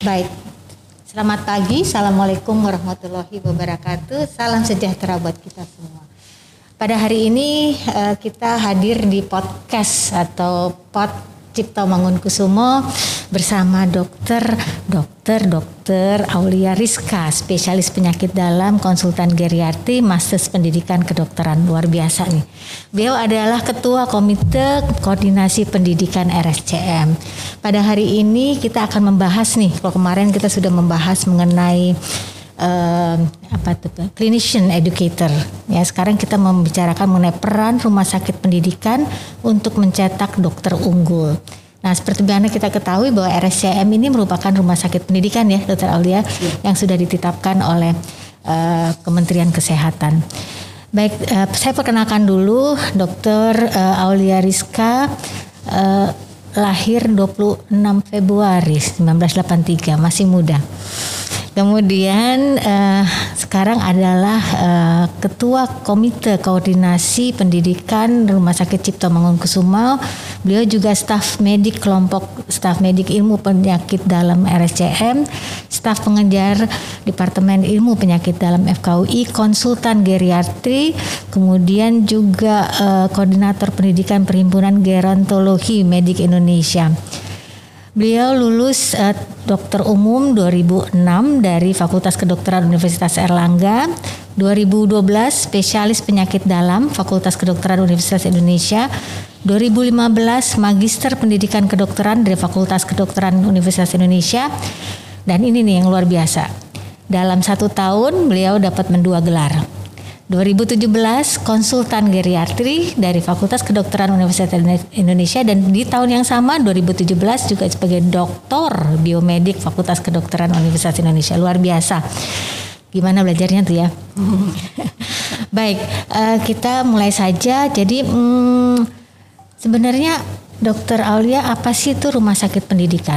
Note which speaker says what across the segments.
Speaker 1: Baik, selamat pagi, Assalamualaikum warahmatullahi wabarakatuh. Salam sejahtera buat kita semua. Pada hari ini kita hadir di podcast atau Pod Cipto Mangunkusumo bersama Dokter Aulia Rizka, spesialis penyakit dalam, konsultan geriatri, Masters Pendidikan Kedokteran. Luar biasa nih. Beliau adalah Ketua Komite Koordinasi Pendidikan RSCM. Pada hari ini kita akan membahas nih, kalau kemarin kita sudah membahas mengenai clinician educator. Ya, sekarang kita membicarakan mengenai peran rumah sakit pendidikan untuk mencetak dokter unggul. Nah, seperti mana kita ketahui bahwa RSCM ini merupakan rumah sakit pendidikan ya, Dokter Aulia, yang sudah ditetapkan oleh Kementerian Kesehatan. Baik, saya perkenalkan dulu Dokter Aulia Rizka, lahir 26 Februari 1983, masih muda. Kemudian sekarang adalah Ketua Komite Koordinasi Pendidikan Rumah Sakit Cipto Mangunkusumo. Beliau juga staf medik kelompok staf medik ilmu penyakit dalam RSCM, staf pengajar Departemen Ilmu Penyakit dalam FKUI, konsultan geriatri, kemudian juga koordinator pendidikan Perhimpunan Gerontologi Medik Indonesia. Beliau lulus dokter umum 2006 dari Fakultas Kedokteran Universitas Erlangga, 2012 spesialis penyakit dalam Fakultas Kedokteran Universitas Indonesia, 2015 magister pendidikan kedokteran dari Fakultas Kedokteran Universitas Indonesia, dan ini nih yang luar biasa. Dalam 1 tahun beliau dapat 2 gelar. 2017 konsultan geriatri dari Fakultas Kedokteran Universitas Indonesia, dan di tahun yang sama 2017 juga sebagai doktor biomedik Fakultas Kedokteran Universitas Indonesia. Luar biasa. Gimana belajarnya tuh ya? Baik, kita mulai saja. Jadi sebenarnya Dokter Aulia, apa sih itu rumah sakit pendidikan?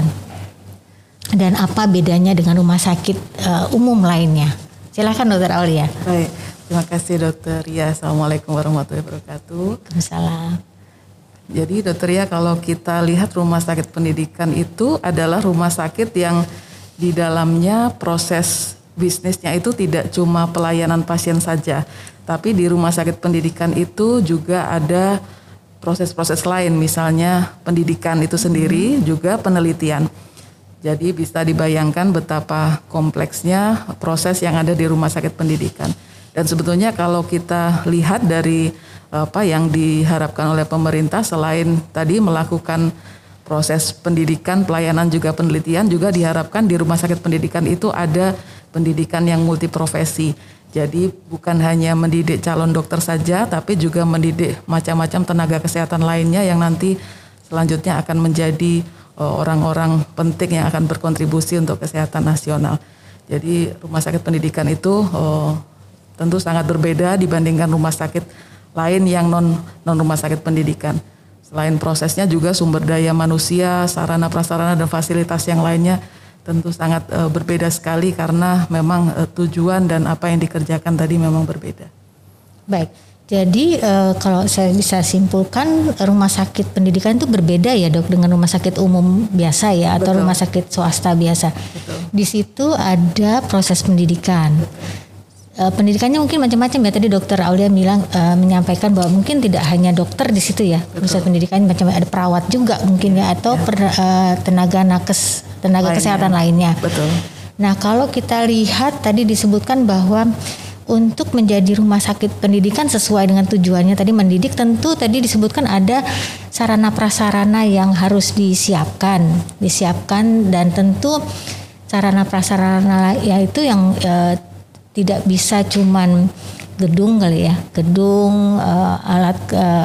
Speaker 1: Dan apa bedanya dengan rumah sakit umum lainnya? Silakan Dokter Aulia.
Speaker 2: Baik. Terima kasih Dokter Ria. Assalamualaikum warahmatullahi wabarakatuh.
Speaker 1: Waalaikumsalam.
Speaker 2: Jadi Dokter Ria, kalau kita lihat rumah sakit pendidikan itu adalah rumah sakit yang di dalamnya proses bisnisnya itu tidak cuma pelayanan pasien saja, tapi di rumah sakit pendidikan itu juga ada proses-proses lain, misalnya pendidikan itu sendiri, juga penelitian. Jadi bisa dibayangkan betapa kompleksnya proses yang ada di rumah sakit pendidikan. Dan sebetulnya kalau kita lihat dari apa yang diharapkan oleh pemerintah, selain tadi melakukan proses pendidikan, pelayanan juga penelitian, juga diharapkan di rumah sakit pendidikan itu ada pendidikan yang multiprofesi. Jadi bukan hanya mendidik calon dokter saja, tapi juga mendidik macam-macam tenaga kesehatan lainnya yang nanti selanjutnya akan menjadi orang-orang penting yang akan berkontribusi untuk kesehatan nasional. Jadi rumah sakit pendidikan itu tentu sangat berbeda dibandingkan rumah sakit lain yang non rumah sakit pendidikan. Selain prosesnya juga sumber daya manusia, sarana prasarana dan fasilitas yang lainnya tentu sangat berbeda sekali, karena memang tujuan dan apa yang dikerjakan tadi memang berbeda.
Speaker 1: Baik, jadi kalau saya bisa simpulkan, rumah sakit pendidikan itu berbeda ya Dok dengan rumah sakit umum biasa ya. Betul. Atau rumah sakit swasta biasa. Betul. Di situ ada proses pendidikan. Pendidikannya mungkin macam-macam ya. Tadi Dokter Aulia menyampaikan bahwa mungkin tidak hanya dokter di situ ya. Proses pendidikan macam ada perawat juga mungkin ya, atau tenaga nakes, tenaga kesehatan lainnya.
Speaker 2: Betul.
Speaker 1: Nah, kalau kita lihat tadi disebutkan bahwa untuk menjadi rumah sakit pendidikan sesuai dengan tujuannya tadi mendidik, tentu tadi disebutkan ada sarana prasarana yang harus disiapkan, dan tentu sarana prasarana yaitu yang tidak bisa cuman gedung kali ya, alat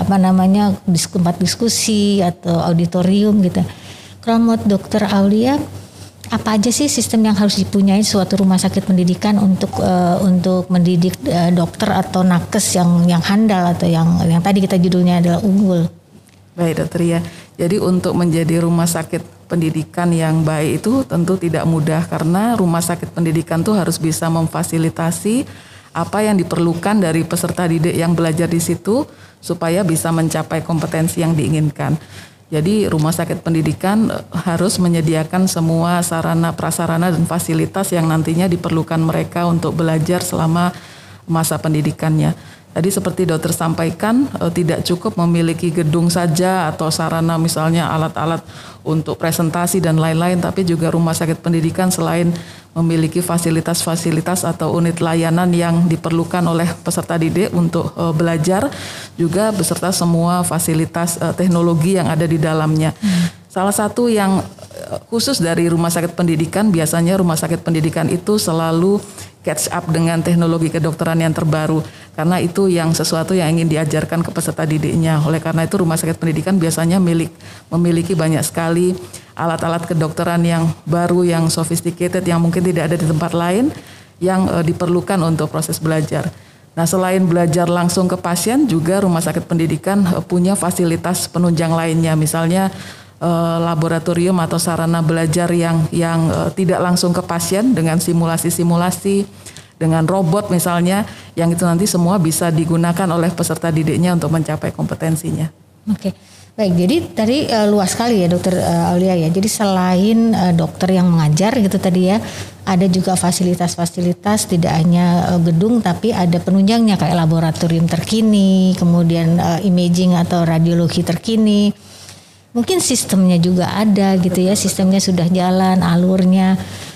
Speaker 1: tempat diskusi atau auditorium gitu. Kalau menurut Dokter Aulia, apa aja sih sistem yang harus dipunyai suatu rumah sakit pendidikan untuk mendidik dokter atau nakes yang handal atau yang tadi kita judulnya adalah unggul?
Speaker 2: Baik Dokter Ria, jadi untuk menjadi rumah sakit pendidikan yang baik itu tentu tidak mudah, karena rumah sakit pendidikan itu harus bisa memfasilitasi apa yang diperlukan dari peserta didik yang belajar di situ supaya bisa mencapai kompetensi yang diinginkan. Jadi rumah sakit pendidikan harus menyediakan semua sarana prasarana dan fasilitas yang nantinya diperlukan mereka untuk belajar selama masa pendidikannya. Tadi seperti dokter sampaikan, tidak cukup memiliki gedung saja atau sarana misalnya alat-alat untuk presentasi dan lain-lain, tapi juga rumah sakit pendidikan selain memiliki fasilitas-fasilitas atau unit layanan yang diperlukan oleh peserta didik untuk belajar, juga beserta semua fasilitas teknologi yang ada di dalamnya. Salah satu yang khusus dari rumah sakit pendidikan, biasanya rumah sakit pendidikan itu selalu catch up dengan teknologi kedokteran yang terbaru, karena itu yang sesuatu yang ingin diajarkan ke peserta didiknya. Oleh karena itu rumah sakit pendidikan biasanya memiliki banyak sekali alat-alat kedokteran yang baru, yang sophisticated, yang mungkin tidak ada di tempat lain, yang diperlukan untuk proses belajar. Nah, selain belajar langsung ke pasien, juga rumah sakit pendidikan punya fasilitas penunjang lainnya, misalnya laboratorium atau sarana belajar yang tidak langsung ke pasien dengan simulasi-simulasi, dengan robot misalnya, yang itu nanti semua bisa digunakan oleh peserta didiknya untuk mencapai kompetensinya.
Speaker 1: Oke, baik. Jadi tadi luas sekali ya Dokter Aulia ya. Jadi selain dokter yang mengajar gitu tadi ya, ada juga fasilitas-fasilitas, tidak hanya gedung tapi ada penunjangnya kayak laboratorium terkini, kemudian imaging atau radiologi terkini. Mungkin sistemnya juga ada gitu ya, sistemnya sudah jalan, alurnya,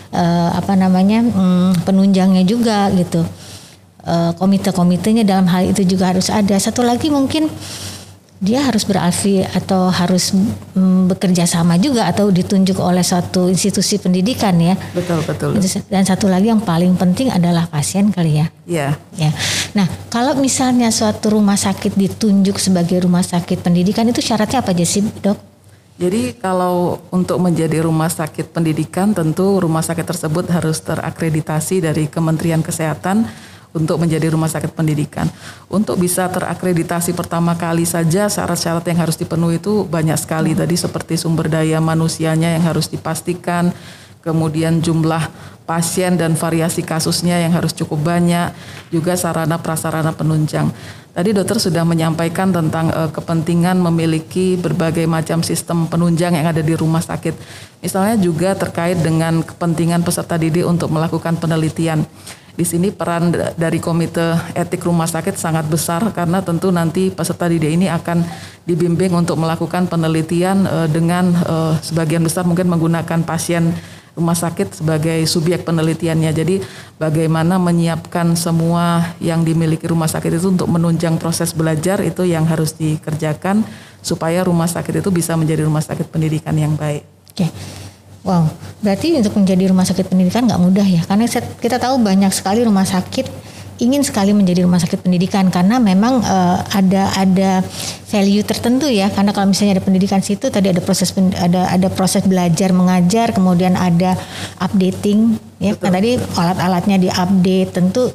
Speaker 1: penunjangnya juga gitu. Komite-komitenya dalam hal itu juga harus ada. Satu lagi mungkin dia harus berafili atau harus bekerja sama juga atau ditunjuk oleh suatu institusi pendidikan ya.
Speaker 2: Betul.
Speaker 1: Dan satu lagi yang paling penting adalah pasien kali ya.
Speaker 2: Iya.
Speaker 1: Ya. Nah, kalau misalnya suatu rumah sakit ditunjuk sebagai rumah sakit pendidikan, itu syaratnya apa aja sih, Dok?
Speaker 2: Jadi kalau untuk menjadi rumah sakit pendidikan, tentu rumah sakit tersebut harus terakreditasi dari Kementerian Kesehatan untuk menjadi rumah sakit pendidikan. Untuk bisa terakreditasi pertama kali saja, syarat-syarat yang harus dipenuhi itu banyak sekali. Tadi seperti sumber daya manusianya yang harus dipastikan, kemudian jumlah pasien dan variasi kasusnya yang harus cukup banyak, juga sarana prasarana penunjang. Tadi dokter sudah menyampaikan tentang kepentingan memiliki berbagai macam sistem penunjang yang ada di rumah sakit. Misalnya juga terkait dengan kepentingan peserta didik untuk melakukan penelitian. Di sini peran dari Komite Etik Rumah Sakit sangat besar, karena tentu nanti peserta didik ini akan dibimbing untuk melakukan penelitian dengan sebagian besar mungkin menggunakan pasien rumah sakit sebagai subjek penelitiannya. Jadi bagaimana menyiapkan semua yang dimiliki rumah sakit itu untuk menunjang proses belajar, itu yang harus dikerjakan supaya rumah sakit itu bisa menjadi rumah sakit pendidikan yang baik.
Speaker 1: Oke. Wow, berarti untuk menjadi rumah sakit pendidikan nggak mudah ya, karena kita tahu banyak sekali rumah sakit ingin sekali menjadi rumah sakit pendidikan karena memang ada value tertentu ya, karena kalau misalnya ada pendidikan situ tadi ada proses belajar mengajar, kemudian ada updating ya, kan tadi alat-alatnya diupdate, tentu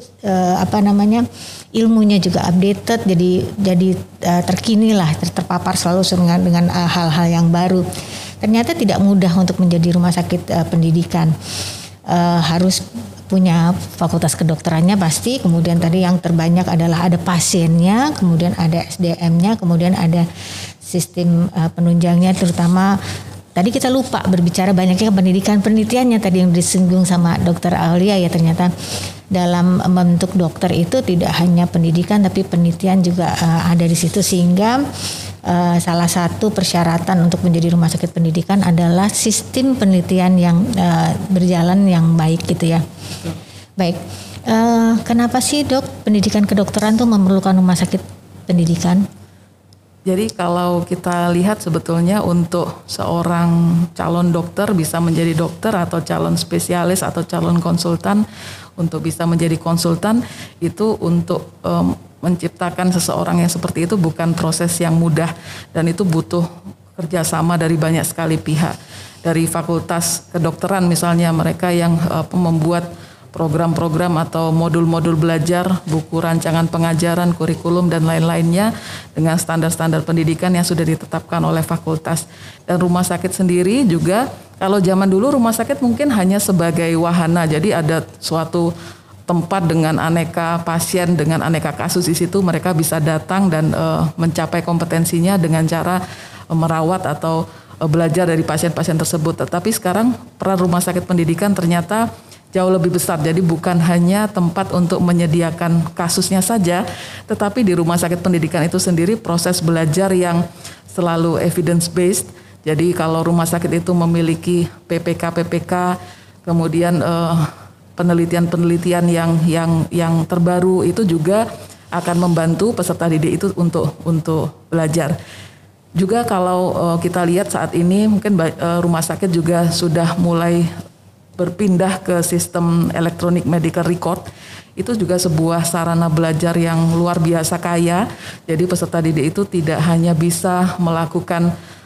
Speaker 1: ilmunya juga updated, jadi terkini lah, terpapar selalu dengan hal-hal yang baru. Ternyata tidak mudah untuk menjadi rumah sakit pendidikan. Harus punya fakultas kedokterannya pasti, kemudian tadi yang terbanyak adalah ada pasiennya, kemudian ada SDM-nya, kemudian ada sistem penunjangnya, terutama tadi kita lupa berbicara banyaknya pendidikan penelitiannya tadi yang disinggung sama Dokter Aulia ya. Ternyata dalam membentuk dokter itu tidak hanya pendidikan tapi penelitian juga ada di situ, sehingga salah satu persyaratan untuk menjadi rumah sakit pendidikan adalah sistem penelitian yang berjalan yang baik gitu ya. Baik, kenapa sih Dok pendidikan kedokteran tuh memerlukan rumah sakit pendidikan?
Speaker 2: Jadi kalau kita lihat sebetulnya untuk seorang calon dokter bisa menjadi dokter, atau calon spesialis atau calon konsultan untuk bisa menjadi konsultan, itu untuk menciptakan seseorang yang seperti itu bukan proses yang mudah, dan itu butuh kerjasama dari banyak sekali pihak. Dari fakultas kedokteran misalnya, mereka yang membuat program-program atau modul-modul belajar, buku rancangan pengajaran, kurikulum dan lain-lainnya dengan standar-standar pendidikan yang sudah ditetapkan oleh fakultas. Dan rumah sakit sendiri juga, kalau zaman dulu rumah sakit mungkin hanya sebagai wahana, jadi ada suatu tempat dengan aneka pasien, dengan aneka kasus di situ, mereka bisa datang dan mencapai kompetensinya dengan cara merawat atau belajar dari pasien-pasien tersebut. Tetapi sekarang peran rumah sakit pendidikan ternyata jauh lebih besar. Jadi bukan hanya tempat untuk menyediakan kasusnya saja, tetapi di rumah sakit pendidikan itu sendiri proses belajar yang selalu evidence based. Jadi kalau rumah sakit itu memiliki PPK, kemudian penelitian-penelitian yang terbaru itu juga akan membantu peserta didik itu untuk belajar. Juga kalau kita lihat saat ini mungkin rumah sakit juga sudah mulai berpindah ke sistem elektronik medical record. Itu juga sebuah sarana belajar yang luar biasa kaya. Jadi peserta didik itu tidak hanya bisa melakukan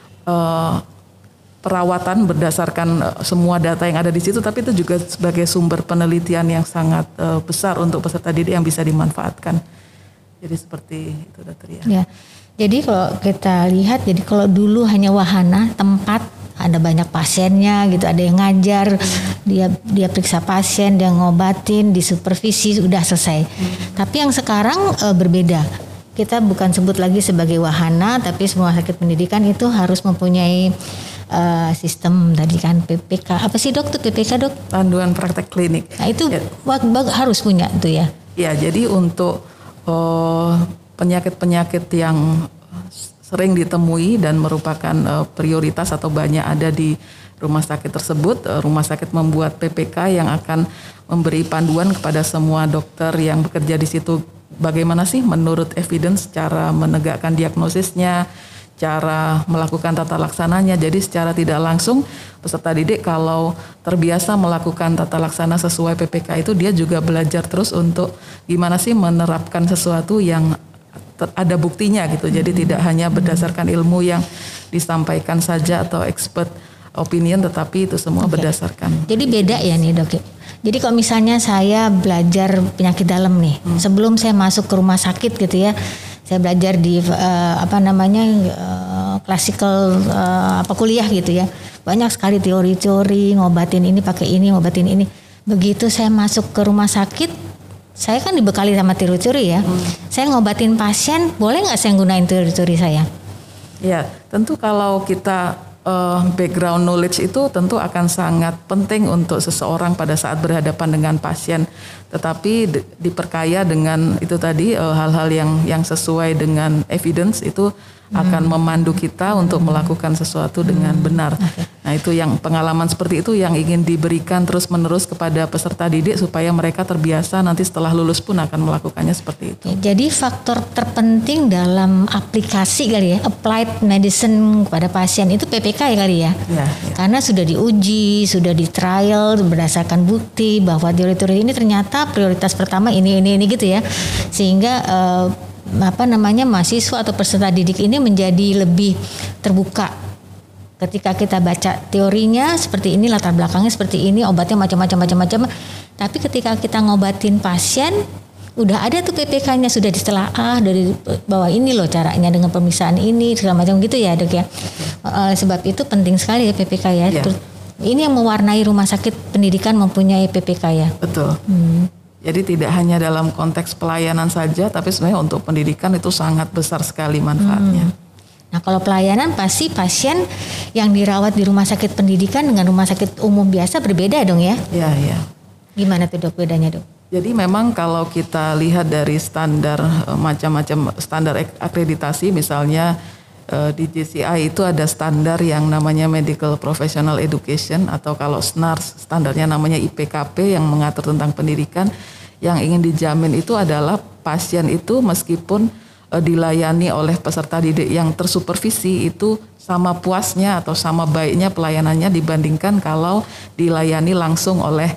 Speaker 2: perawatan berdasarkan semua data yang ada di situ, tapi itu juga sebagai sumber penelitian yang sangat besar untuk peserta didik yang bisa dimanfaatkan. Jadi seperti itu, Dokter ya.
Speaker 1: Jadi kalau kita lihat, jadi kalau dulu hanya wahana, tempat, ada banyak pasiennya gitu, ada yang ngajar, dia periksa pasien, dia ngobatin, disupervisi, udah selesai. Tapi yang sekarang berbeda. Kita bukan sebut lagi sebagai wahana, tapi semua sakit pendidikan itu harus mempunyai sistem tadi kan PPK. Apa sih dok tuh PPK dok?
Speaker 2: Panduan praktek klinik.
Speaker 1: Nah itu harus punya tuh ya.
Speaker 2: Ya, jadi untuk penyakit-penyakit yang sering ditemui dan merupakan prioritas atau banyak ada di rumah sakit tersebut, rumah sakit membuat PPK yang akan memberi panduan kepada semua dokter yang bekerja di situ, bagaimana sih menurut evidence cara menegakkan diagnosisnya, cara melakukan tata laksananya. Jadi secara tidak langsung peserta didik kalau terbiasa melakukan tata laksana sesuai PPK itu, dia juga belajar terus untuk gimana sih menerapkan sesuatu yang ada buktinya gitu. Jadi tidak hanya berdasarkan ilmu yang disampaikan saja atau expert opinion, tetapi itu semua berdasarkan.
Speaker 1: Jadi beda ya nih dok. Jadi kalau misalnya saya belajar penyakit dalam nih, sebelum saya masuk ke rumah sakit gitu ya, saya belajar di classical kuliah gitu ya, banyak sekali teori-teori ngobatin ini pakai ini, ngobatin ini. Begitu saya masuk ke rumah sakit, saya kan dibekali sama teori-teori ya. Saya ngobatin pasien, boleh nggak saya gunain teori-teori saya?
Speaker 2: Ya, tentu kalau kita background knowledge itu tentu akan sangat penting untuk seseorang pada saat berhadapan dengan pasien. Tetapi diperkaya dengan itu tadi hal-hal yang sesuai dengan evidence itu akan memandu kita untuk melakukan sesuatu dengan benar. Nah itu yang pengalaman seperti itu yang ingin diberikan terus menerus kepada peserta didik supaya mereka terbiasa nanti setelah lulus pun akan melakukannya seperti itu.
Speaker 1: Jadi faktor terpenting dalam aplikasi kali ya, applied medicine kepada pasien itu PPK ya kali ya. Karena sudah diuji, sudah di trial berdasarkan bukti bahwa teori-teori ini ternyata prioritas pertama ini gitu ya. Sehingga mahasiswa atau peserta didik ini menjadi lebih terbuka. Ketika kita baca teorinya seperti ini, latar belakangnya seperti ini, obatnya macam-macam. Tapi ketika kita ngobatin pasien, udah ada tuh PPK-nya, sudah ditelaah dari bawah, ini loh caranya dengan pemisahan ini segala macam gitu ya dok ya. Sebab itu penting sekali ya PPK ya. Ini yang mewarnai rumah sakit pendidikan mempunyai PPK ya.
Speaker 2: Betul. Jadi tidak hanya dalam konteks pelayanan saja, tapi sebenarnya untuk pendidikan itu sangat besar sekali manfaatnya.
Speaker 1: Nah kalau pelayanan pasti pasien yang dirawat di rumah sakit pendidikan dengan rumah sakit umum biasa berbeda dong ya?
Speaker 2: Iya.
Speaker 1: Gimana tuh dok bedanya dok?
Speaker 2: Jadi memang kalau kita lihat dari standar macam-macam standar akreditasi, misalnya di JCI itu ada standar yang namanya Medical Professional Education, atau kalau SNARS standarnya namanya IPKP yang mengatur tentang pendidikan. Yang ingin dijamin itu adalah pasien itu meskipun dilayani oleh peserta didik yang tersupervisi itu sama puasnya atau sama baiknya pelayanannya dibandingkan kalau dilayani langsung oleh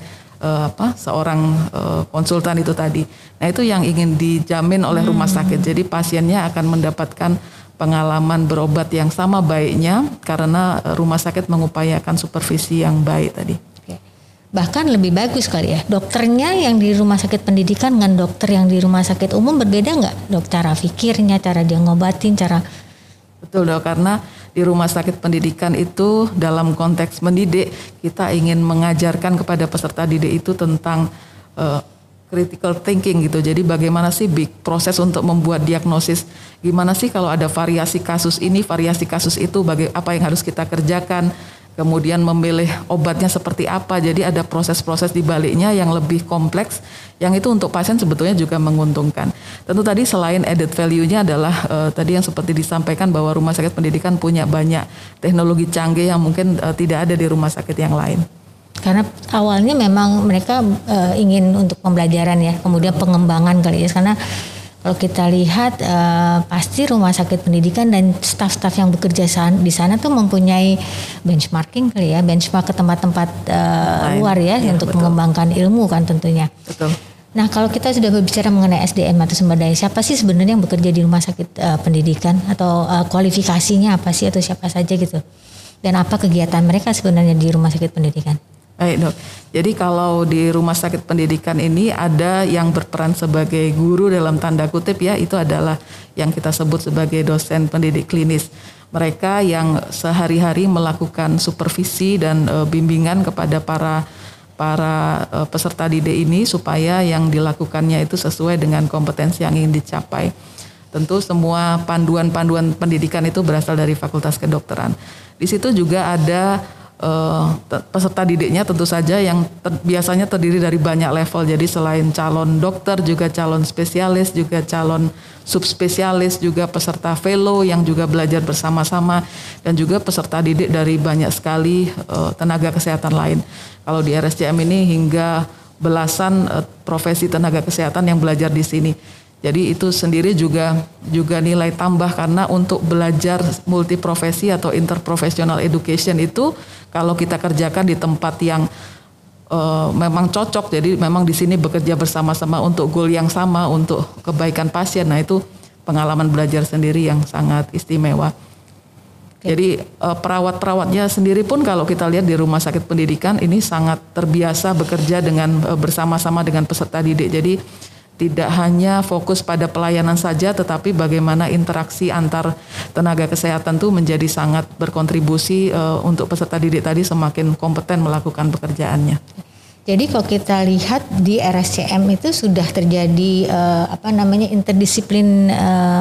Speaker 2: seorang konsultan itu tadi. Nah itu yang ingin dijamin oleh rumah sakit. Jadi pasiennya akan mendapatkan pengalaman berobat yang sama baiknya karena rumah sakit mengupayakan supervisi yang baik tadi.
Speaker 1: Bahkan lebih bagus kali ya, dokternya yang di rumah sakit pendidikan dengan dokter yang di rumah sakit umum berbeda nggak dok? Cara pikirnya, cara dia ngobatin, cara...
Speaker 2: Betul dok, karena di rumah sakit pendidikan itu dalam konteks mendidik, kita ingin mengajarkan kepada peserta didik itu tentang critical thinking gitu. Jadi bagaimana sih big proses untuk membuat diagnosis, gimana sih kalau ada variasi kasus ini, variasi kasus itu, apa yang harus kita kerjakan, kemudian memilih obatnya seperti apa. Jadi ada proses-proses di baliknya yang lebih kompleks, yang itu untuk pasien sebetulnya juga menguntungkan. Tentu tadi selain added value-nya adalah tadi yang seperti disampaikan bahwa rumah sakit pendidikan punya banyak teknologi canggih yang mungkin tidak ada di rumah sakit yang lain.
Speaker 1: Karena awalnya memang mereka ingin untuk pembelajaran ya, kemudian pengembangan kali ya, karena kalau kita lihat pasti rumah sakit pendidikan dan staf-staf yang bekerja di sana tuh mempunyai benchmarking kali ya, benchmark ke tempat-tempat luar ya untuk betul. Mengembangkan ilmu kan tentunya.
Speaker 2: Betul.
Speaker 1: Nah kalau kita sudah berbicara mengenai SDM atau sumber daya, siapa sih sebenarnya yang bekerja di rumah sakit pendidikan atau kualifikasinya apa sih atau siapa saja gitu? Dan apa kegiatan mereka sebenarnya di rumah sakit pendidikan?
Speaker 2: Baik dok, jadi kalau di rumah sakit pendidikan ini ada yang berperan sebagai guru dalam tanda kutip ya, itu adalah yang kita sebut sebagai dosen pendidik klinis. Mereka yang sehari-hari melakukan supervisi dan bimbingan kepada para peserta didik ini supaya yang dilakukannya itu sesuai dengan kompetensi yang ingin dicapai. Tentu semua panduan-panduan pendidikan itu berasal dari Fakultas Kedokteran. Di situ juga ada peserta didiknya tentu saja yang biasanya terdiri dari banyak level. Jadi selain calon dokter juga calon spesialis, juga calon subspesialis, juga peserta fellow yang juga belajar bersama-sama, dan juga peserta didik dari banyak sekali tenaga kesehatan lain. Kalau di RSCM ini hingga belasan profesi tenaga kesehatan yang belajar di sini. Jadi itu sendiri juga nilai tambah, karena untuk belajar multiprofesi atau interprofessional education itu kalau kita kerjakan di tempat yang memang cocok, jadi memang di sini bekerja bersama-sama untuk goal yang sama, untuk kebaikan pasien. Nah itu pengalaman belajar sendiri yang sangat istimewa. Jadi perawat-perawatnya sendiri pun kalau kita lihat di rumah sakit pendidikan ini sangat terbiasa bekerja dengan bersama-sama dengan peserta didik. Jadi tidak hanya fokus pada pelayanan saja, tetapi bagaimana interaksi antar tenaga kesehatan itu menjadi sangat berkontribusi untuk peserta didik tadi semakin kompeten melakukan pekerjaannya.
Speaker 1: Jadi kalau kita lihat di RSCM itu sudah terjadi interdisiplin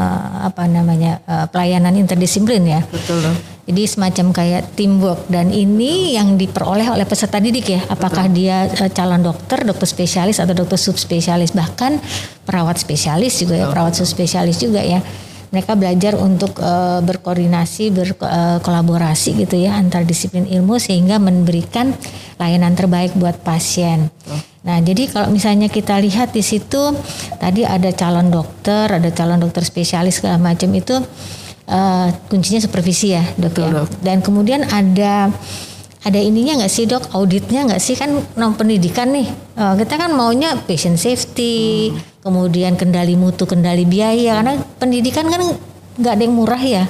Speaker 1: pelayanan interdisiplin ya. Betul loh. Jadi semacam kayak teamwork, dan ini yang diperoleh oleh peserta didik ya. Apakah dia calon dokter spesialis atau dokter subspesialis, bahkan perawat spesialis juga ya, perawat subspesialis juga ya. Mereka belajar untuk berkoordinasi, berkolaborasi gitu ya antar disiplin ilmu sehingga memberikan layanan terbaik buat pasien. Nah, jadi kalau misalnya kita lihat di situ tadi ada calon dokter spesialis segala macam itu kuncinya supervisi ya, Dok. Betul, ya. Dok. Dan kemudian ada ininya nggak sih Dok, auditnya nggak sih, kan pendidikan nih kita kan maunya patient safety, kemudian kendali mutu, kendali biaya, karena pendidikan kan nggak ada yang murah ya.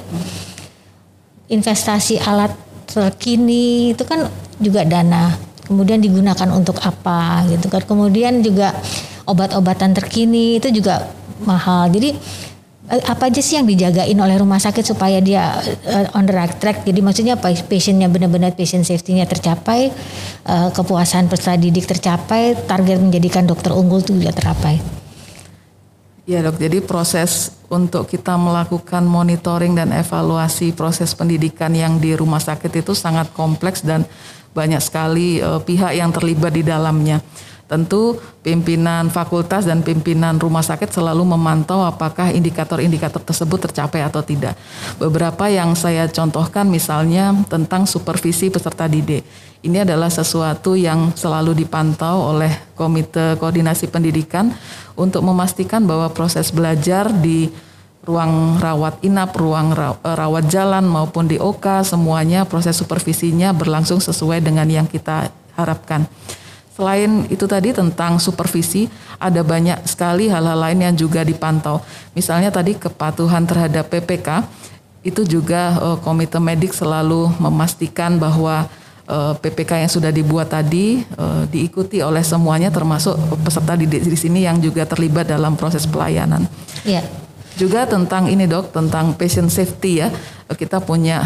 Speaker 1: Investasi alat terkini itu kan juga dana, kemudian digunakan untuk apa gitu kan, kemudian juga obat-obatan terkini itu juga mahal. Jadi apa aja sih yang dijagain oleh rumah sakit supaya dia on the right track? Jadi maksudnya patientnya benar-benar patient safety-nya tercapai, kepuasan peserta didik tercapai, target menjadikan dokter unggul itu juga tercapai.
Speaker 2: Ya dok, jadi proses untuk kita melakukan monitoring dan evaluasi proses pendidikan yang di rumah sakit itu sangat kompleks dan banyak sekali pihak yang terlibat di dalamnya. Tentu pimpinan fakultas dan pimpinan rumah sakit selalu memantau apakah indikator-indikator tersebut tercapai atau tidak. Beberapa yang saya contohkan misalnya tentang supervisi peserta didik. Ini adalah sesuatu yang selalu dipantau oleh Komite Koordinasi Pendidikan untuk memastikan bahwa proses belajar di ruang rawat inap, ruang rawat jalan maupun di OK, semuanya proses supervisinya berlangsung sesuai dengan yang kita harapkan. Selain itu tadi tentang supervisi, ada banyak sekali hal-hal lain yang juga dipantau. Misalnya tadi kepatuhan terhadap PPK, itu juga komite medik selalu memastikan bahwa PPK yang sudah dibuat tadi diikuti oleh semuanya, termasuk peserta didik di sini yang juga terlibat dalam proses pelayanan. Iya. Juga tentang ini dok, tentang patient safety ya, kita punya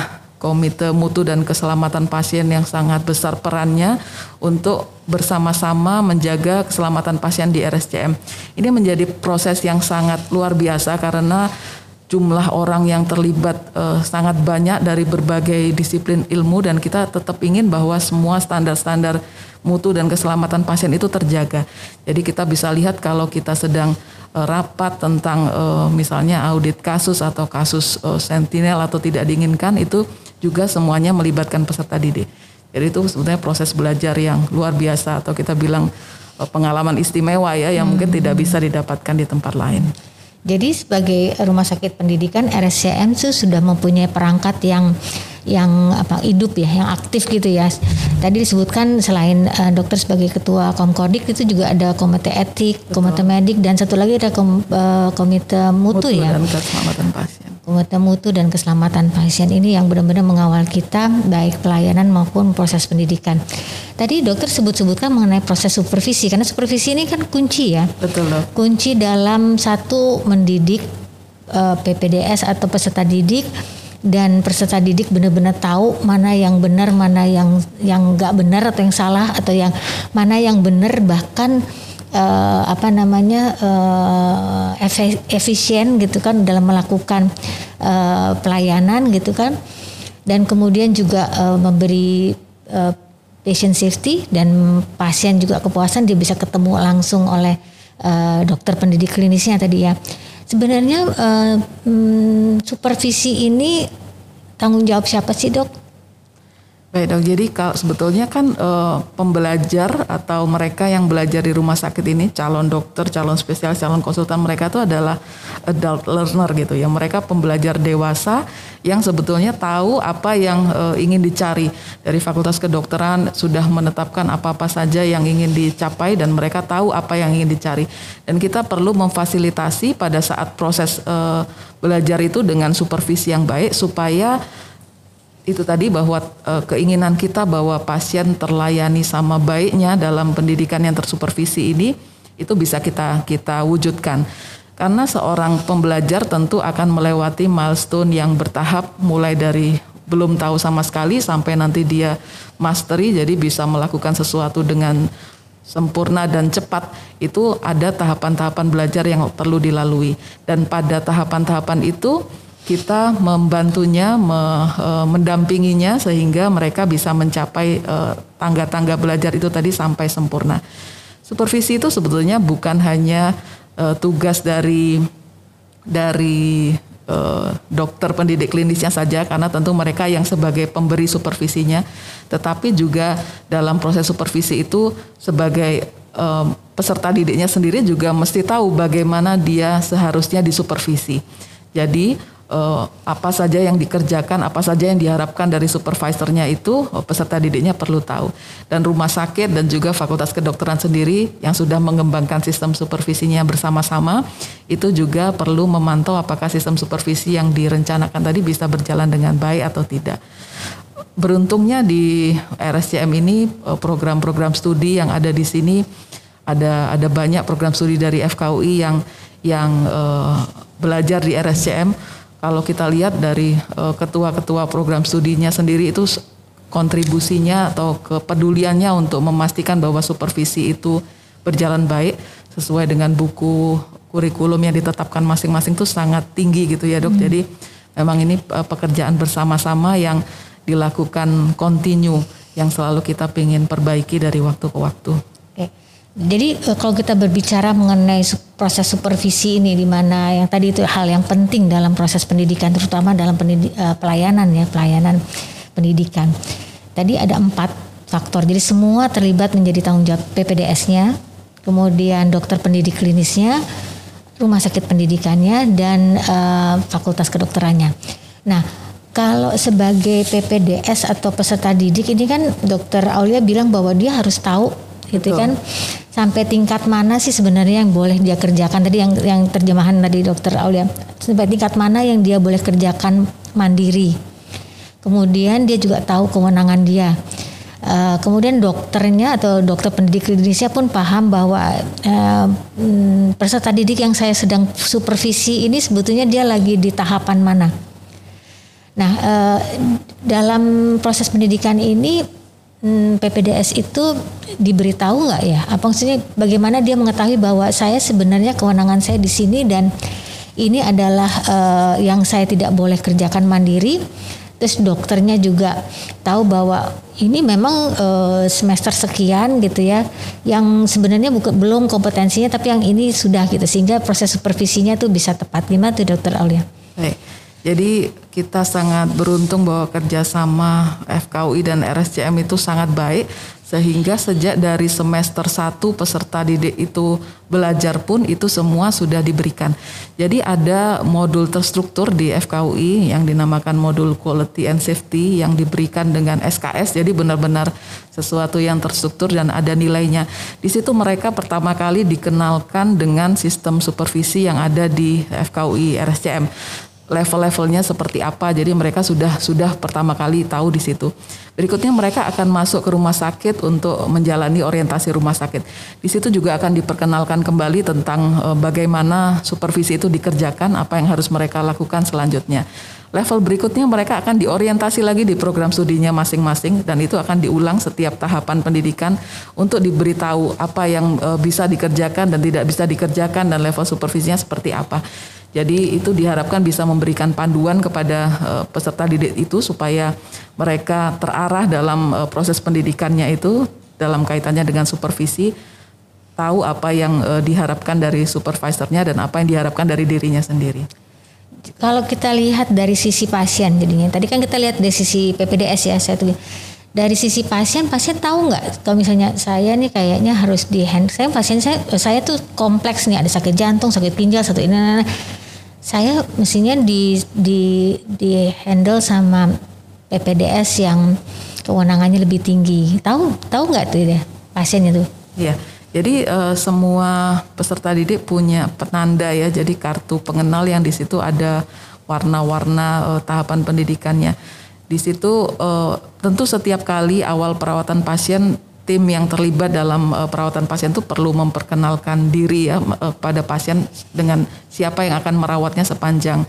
Speaker 2: Komite Mutu dan Keselamatan Pasien yang sangat besar perannya untuk bersama-sama menjaga keselamatan pasien di RSCM. Ini menjadi proses yang sangat luar biasa karena jumlah orang yang terlibat sangat banyak dari berbagai disiplin ilmu, dan kita tetap ingin bahwa semua standar-standar mutu dan keselamatan pasien itu terjaga. Jadi kita bisa lihat kalau kita sedang rapat tentang misalnya audit kasus atau kasus sentinel atau tidak diinginkan, itu juga semuanya melibatkan peserta didik. Jadi itu sebetulnya proses belajar yang luar biasa, atau kita bilang pengalaman istimewa ya, yang mungkin tidak bisa didapatkan di tempat lain.
Speaker 1: Jadi sebagai rumah sakit pendidikan, RSCM itu sudah mempunyai perangkat yang hidup ya, yang aktif gitu ya. Tadi disebutkan selain dokter sebagai ketua Komkodik, itu juga ada komite etik, komite medik, dan satu lagi ada komite mutu ya.
Speaker 2: Dan keselamatan pasien.
Speaker 1: Komite mutu dan keselamatan pasien ini yang benar-benar mengawal kita baik pelayanan maupun proses pendidikan. Tadi dokter sebutkan mengenai proses supervisi, karena supervisi ini kan kunci ya.
Speaker 2: Betul loh. Kunci
Speaker 1: dalam satu mendidik PPDS atau peserta didik, dan peserta didik benar-benar tahu mana yang benar, mana yang nggak benar atau yang salah, atau yang mana yang benar, bahkan efisien gitu kan dalam melakukan pelayanan gitu kan, dan kemudian juga memberi patient safety, dan pasien juga kepuasan, dia bisa ketemu langsung oleh dokter pendidik klinisnya tadi ya. Sebenarnya supervisi ini tanggung jawab siapa sih dok?
Speaker 2: Baik dok, jadi kalau sebetulnya kan pembelajar atau mereka yang belajar di rumah sakit ini, calon dokter, calon spesialis, calon konsultan, mereka itu adalah adult learner gitu ya. Mereka pembelajar dewasa yang sebetulnya tahu apa yang ingin dicari. Dari Fakultas Kedokteran sudah menetapkan apa-apa saja yang ingin dicapai, dan mereka tahu apa yang ingin dicari. Dan kita perlu memfasilitasi pada saat proses belajar itu dengan supervisi yang baik, supaya itu tadi bahwa keinginan kita bahwa pasien terlayani sama baiknya dalam pendidikan yang tersupervisi ini, itu bisa kita wujudkan. Karena seorang pembelajar tentu akan melewati milestone yang bertahap, mulai dari belum tahu sama sekali sampai nanti dia mastery, jadi bisa melakukan sesuatu dengan sempurna dan cepat. Itu ada tahapan-tahapan belajar yang perlu dilalui, dan pada tahapan-tahapan itu kita membantunya, mendampinginya sehingga mereka bisa mencapai tangga-tangga belajar itu tadi sampai sempurna. Supervisi itu sebetulnya bukan hanya tugas dari dokter pendidik klinisnya saja, karena tentu mereka yang sebagai pemberi supervisinya, tetapi juga dalam proses supervisi itu sebagai peserta didiknya sendiri juga mesti tahu bagaimana dia seharusnya disupervisi. Jadi apa saja yang dikerjakan, apa saja yang diharapkan dari supervisornya, itu peserta didiknya perlu tahu. Dan rumah sakit dan juga Fakultas Kedokteran sendiri yang sudah mengembangkan sistem supervisinya bersama-sama, itu juga perlu memantau apakah sistem supervisi yang direncanakan tadi bisa berjalan dengan baik atau tidak. Beruntungnya di RSCM ini program-program studi yang ada di sini, ada banyak program studi dari FKUI yang belajar di RSCM. Kalau kita lihat dari ketua-ketua program studinya sendiri, itu kontribusinya atau kepeduliannya untuk memastikan bahwa supervisi itu berjalan baik sesuai dengan buku kurikulum yang ditetapkan masing-masing itu sangat tinggi gitu ya dok. Jadi memang ini pekerjaan bersama-sama yang dilakukan kontinu, yang selalu kita ingin perbaiki dari waktu ke waktu.
Speaker 1: Jadi kalau kita berbicara mengenai proses supervisi ini, di mana yang tadi itu hal yang penting dalam proses pendidikan, terutama dalam pelayanan pendidikan. Tadi ada 4 faktor. Jadi semua terlibat menjadi tanggung jawab PPDS-nya, kemudian dokter pendidik klinisnya, rumah sakit pendidikannya, dan fakultas kedokterannya. Nah, kalau sebagai PPDS atau peserta didik ini kan Dokter Aulia bilang bahwa dia harus tahu gitu kan, sampai tingkat mana sih sebenarnya yang boleh dia kerjakan, tadi yang terjemahan tadi Dokter Aulia, sampai tingkat mana yang dia boleh kerjakan mandiri. Kemudian dia juga tahu kewenangan dia. Kemudian dokternya atau dokter pendidik klinisnya pun paham bahwa peserta didik yang saya sedang supervisi ini sebetulnya dia lagi di tahapan mana. Nah, dalam proses pendidikan ini PPDS itu diberitahu nggak ya? Apa maksudnya bagaimana dia mengetahui bahwa saya sebenarnya kewenangan saya di sini dan ini adalah yang saya tidak boleh kerjakan mandiri. Terus dokternya juga tahu bahwa ini memang semester sekian gitu ya, yang sebenarnya belum kompetensinya, tapi yang ini sudah gitu, sehingga proses supervisinya tuh bisa tepat. Gimana tuh Dokter Aulia?
Speaker 2: Baik. Jadi kita sangat beruntung bahwa kerjasama FKUI dan RSCM itu sangat baik, sehingga sejak dari semester 1 peserta didik itu belajar pun itu semua sudah diberikan. Jadi ada modul terstruktur di FKUI yang dinamakan modul Quality and Safety yang diberikan dengan SKS, jadi benar-benar sesuatu yang terstruktur dan ada nilainya. Di situ mereka pertama kali dikenalkan dengan sistem supervisi yang ada di FKUI RSCM. Level-levelnya seperti apa, jadi mereka sudah pertama kali tahu di situ. Berikutnya mereka akan masuk ke rumah sakit untuk menjalani orientasi rumah sakit. Di situ juga akan diperkenalkan kembali tentang bagaimana supervisi itu dikerjakan, apa yang harus mereka lakukan selanjutnya. Level berikutnya mereka akan diorientasi lagi di program studinya masing-masing, dan itu akan diulang setiap tahapan pendidikan untuk diberitahu apa yang bisa dikerjakan dan tidak bisa dikerjakan dan level supervisinya seperti apa. Jadi itu diharapkan bisa memberikan panduan kepada peserta didik itu supaya mereka terarah dalam proses pendidikannya itu dalam kaitannya dengan supervisi, tahu apa yang diharapkan dari supervisornya dan apa yang diharapkan dari dirinya sendiri.
Speaker 1: Kalau kita lihat dari sisi pasien jadinya, tadi kan kita lihat dari sisi PPDS ya, dari sisi pasien tahu nggak kalau misalnya saya nih kayaknya harus saya pasien saya tuh kompleks nih, ada sakit jantung, sakit ginjal, satu ini. Saya mestinya di handle sama PPDS yang kewenangannya lebih tinggi. Tahu nggak tuh ya pasien itu?
Speaker 2: Iya. Jadi semua peserta didik punya penanda ya. Jadi kartu pengenal yang di situ ada warna-warna tahapan pendidikannya. Di situ tentu setiap kali awal perawatan pasien, tim yang terlibat dalam perawatan pasien itu perlu memperkenalkan diri ya pada pasien dengan siapa yang akan merawatnya sepanjang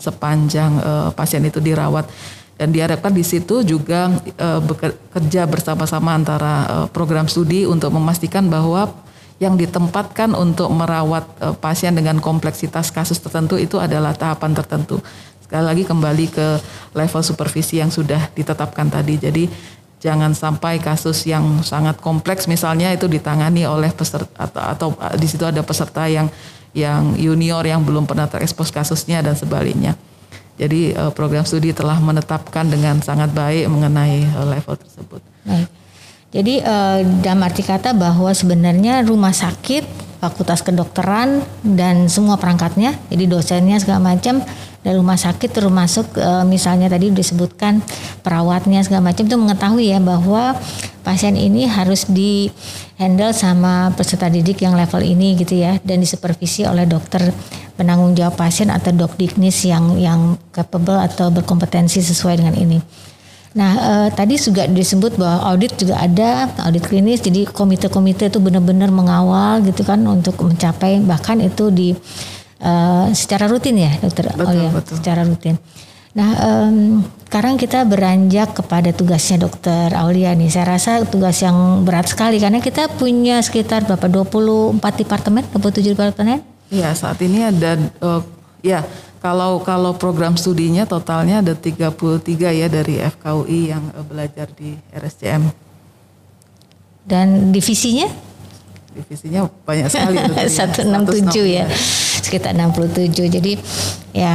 Speaker 2: pasien itu dirawat. Dan diharapkan di situ juga bekerja bersama-sama antara program studi untuk memastikan bahwa yang ditempatkan untuk merawat pasien dengan kompleksitas kasus tertentu itu adalah tahapan tertentu. Sekali lagi kembali ke level supervisi yang sudah ditetapkan tadi. Jadi jangan sampai kasus yang sangat kompleks misalnya itu ditangani oleh peserta atau di situ ada peserta yang junior yang belum pernah terekspos kasusnya dan sebaliknya. Jadi program studi telah menetapkan dengan sangat baik mengenai level tersebut.
Speaker 1: Baik. Jadi dalam arti kata bahwa sebenarnya rumah sakit, fakultas kedokteran dan semua perangkatnya, jadi dosennya segala macam dari rumah sakit termasuk misalnya tadi disebutkan perawatnya segala macam itu mengetahui ya bahwa pasien ini harus di handle sama peserta didik yang level ini gitu ya, dan disupervisi oleh dokter penanggung jawab pasien atau dokdiknis yang capable atau berkompetensi sesuai dengan ini. Nah tadi juga disebut bahwa audit juga ada, audit klinis, jadi komite-komite itu benar-benar mengawal gitu kan untuk mencapai, bahkan itu di secara rutin ya dokter.
Speaker 2: Betul.
Speaker 1: Secara rutin. Nah sekarang kita beranjak kepada tugasnya dokter Aulia nih. Saya rasa tugas yang berat sekali karena kita punya sekitar berapa 24 departemen, 27 departemen.
Speaker 2: Iya, saat ini ada kalau program studinya totalnya ada 33 ya dari FKUI yang belajar di RSCM.
Speaker 1: Dan divisinya?
Speaker 2: Divisinya banyak sekali.
Speaker 1: 167 ya. Sekitar 67. Jadi ya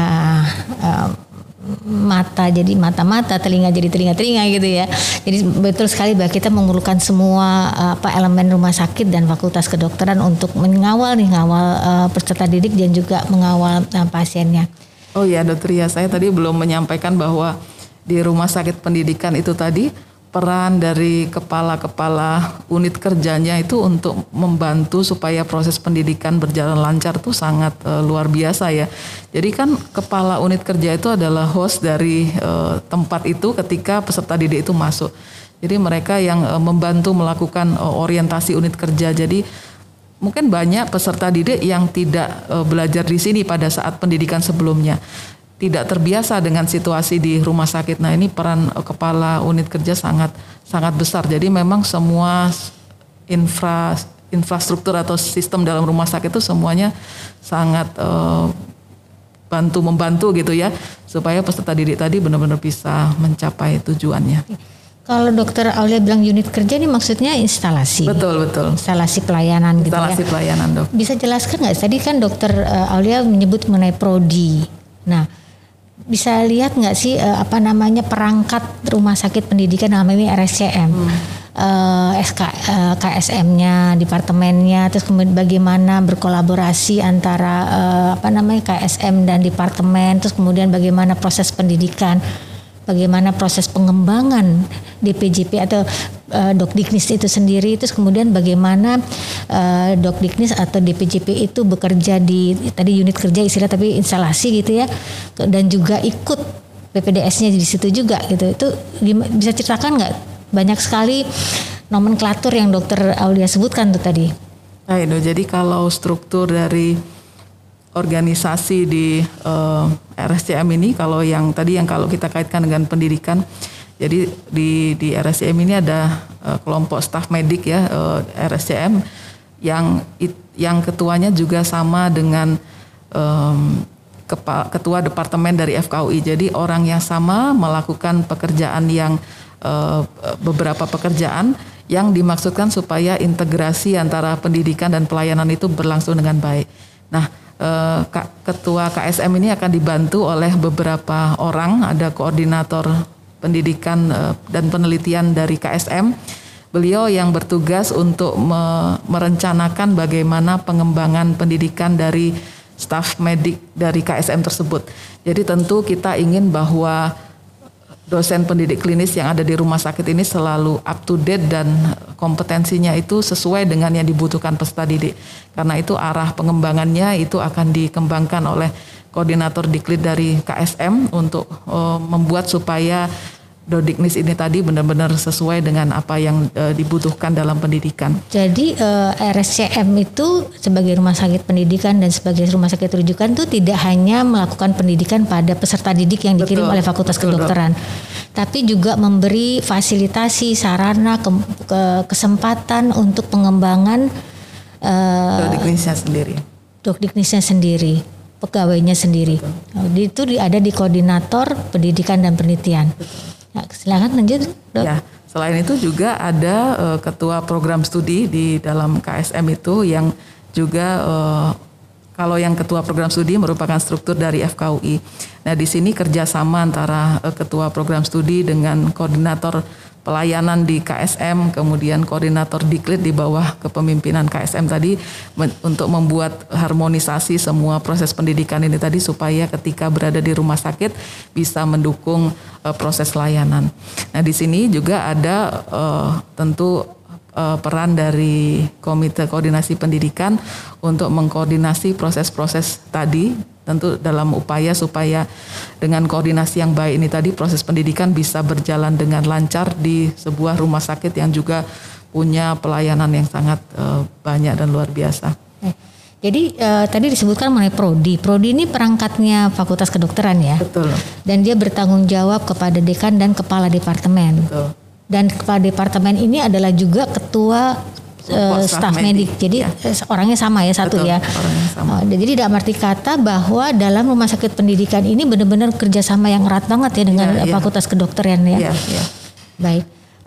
Speaker 1: mata, telinga jadi telinga gitu ya. Jadi betul sekali bahwa kita memerlukan semua elemen rumah sakit dan fakultas kedokteran untuk mengawal peserta didik dan juga mengawal pasiennya.
Speaker 2: Oh ya dokter ya, saya tadi belum menyampaikan bahwa di rumah sakit pendidikan itu tadi peran dari kepala-kepala unit kerjanya itu untuk membantu supaya proses pendidikan berjalan lancar tuh sangat luar biasa ya. Jadi kan kepala unit kerja itu adalah host dari tempat itu ketika peserta didik itu masuk. Jadi mereka yang membantu melakukan orientasi unit kerja. Jadi mungkin banyak peserta didik yang tidak belajar di sini pada saat pendidikan sebelumnya. tidak terbiasa dengan situasi di rumah sakit. Nah, ini peran kepala unit kerja sangat besar. Jadi memang semua infrastruktur atau sistem dalam rumah sakit itu semuanya sangat membantu gitu ya, supaya peserta didik tadi benar-benar bisa mencapai tujuannya.
Speaker 1: Kalau Dokter Aulia bilang unit kerja ini maksudnya instalasi.
Speaker 2: Betul.
Speaker 1: Instalasi pelayanan gitu ya.
Speaker 2: Instalasi pelayanan, Dok.
Speaker 1: Bisa jelaskan nggak? Tadi kan Dokter Aulia menyebut mengenai prodi. Nah, bisa lihat nggak sih perangkat rumah sakit pendidikan dalam ini RSCM, KSM-nya, departemennya, terus kemudian bagaimana berkolaborasi antara KSM dan departemen, terus kemudian bagaimana proses pendidikan, bagaimana proses pengembangan DPJP atau Dokdiknis itu sendiri, terus kemudian bagaimana Dokdiknis atau DPJP itu bekerja di tadi unit kerja istilah tapi instalasi gitu ya, dan juga ikut PPDS-nya di situ juga gitu. Itu bisa ceritakan nggak? Banyak sekali nomenklatur yang Dokter Aulia sebutkan tuh tadi.
Speaker 2: Jadi kalau struktur dari organisasi di RSCM ini, kalau kita kaitkan dengan pendidikan, jadi di RSCM ini ada kelompok staf medik ya, RSCM yang ketuanya juga sama dengan ketua departemen dari FKUI. Jadi orang yang sama melakukan pekerjaan yang beberapa pekerjaan yang dimaksudkan supaya integrasi antara pendidikan dan pelayanan itu berlangsung dengan baik. Nah, ketua KSM ini akan dibantu oleh beberapa orang, ada koordinator pendidikan dan penelitian dari KSM. Beliau yang bertugas untuk merencanakan bagaimana pengembangan pendidikan dari staf medik dari KSM tersebut. Jadi tentu kita ingin bahwa dosen pendidik klinis yang ada di rumah sakit ini selalu up to date dan kompetensinya itu sesuai dengan yang dibutuhkan peserta didik. Karena itu arah pengembangannya itu akan dikembangkan oleh koordinator diklit dari KSM untuk membuat supaya Dodiknis ini tadi benar-benar sesuai dengan apa yang dibutuhkan dalam pendidikan.
Speaker 1: Jadi RSCM itu sebagai rumah sakit pendidikan dan sebagai rumah sakit rujukan itu tidak hanya melakukan pendidikan pada peserta didik yang dikirim oleh Fakultas Kedokteran, tapi juga memberi fasilitasi, sarana, kesempatan untuk pengembangan Dodiknisnya sendiri, pegawainya sendiri. Itu ada di koordinator pendidikan dan penelitian. Nah, silakan lanjut, Dok.
Speaker 2: Ya, selain itu juga ada ketua program studi di dalam KSM itu yang juga kalau yang ketua program studi merupakan struktur dari FKUI. Nah, di sini kerjasama antara ketua program studi dengan koordinator pelayanan di KSM, kemudian koordinator diklit di bawah kepemimpinan KSM tadi untuk membuat harmonisasi semua proses pendidikan ini tadi supaya ketika berada di rumah sakit bisa mendukung proses layanan. Nah, di sini juga ada tentu peran dari Komite Koordinasi Pendidikan untuk mengkoordinasi proses-proses tadi, tentu dalam upaya supaya dengan koordinasi yang baik ini tadi proses pendidikan bisa berjalan dengan lancar di sebuah rumah sakit yang juga punya pelayanan yang sangat banyak dan luar biasa.
Speaker 1: Jadi tadi disebutkan mengenai prodi. Prodi ini perangkatnya Fakultas Kedokteran ya.
Speaker 2: Betul.
Speaker 1: Dan dia bertanggung jawab kepada dekan dan kepala departemen.
Speaker 2: Betul.
Speaker 1: Dan kepala departemen ini adalah juga ketua staf medik. Jadi orangnya sama ya, satu. Betul, ya.
Speaker 2: Orangnya sama.
Speaker 1: Jadi tidak arti kata bahwa dalam rumah sakit pendidikan ini benar-benar kerjasama yang erat banget ya dengan Fakultas Kedokteran ya.
Speaker 2: Iya.
Speaker 1: Baik.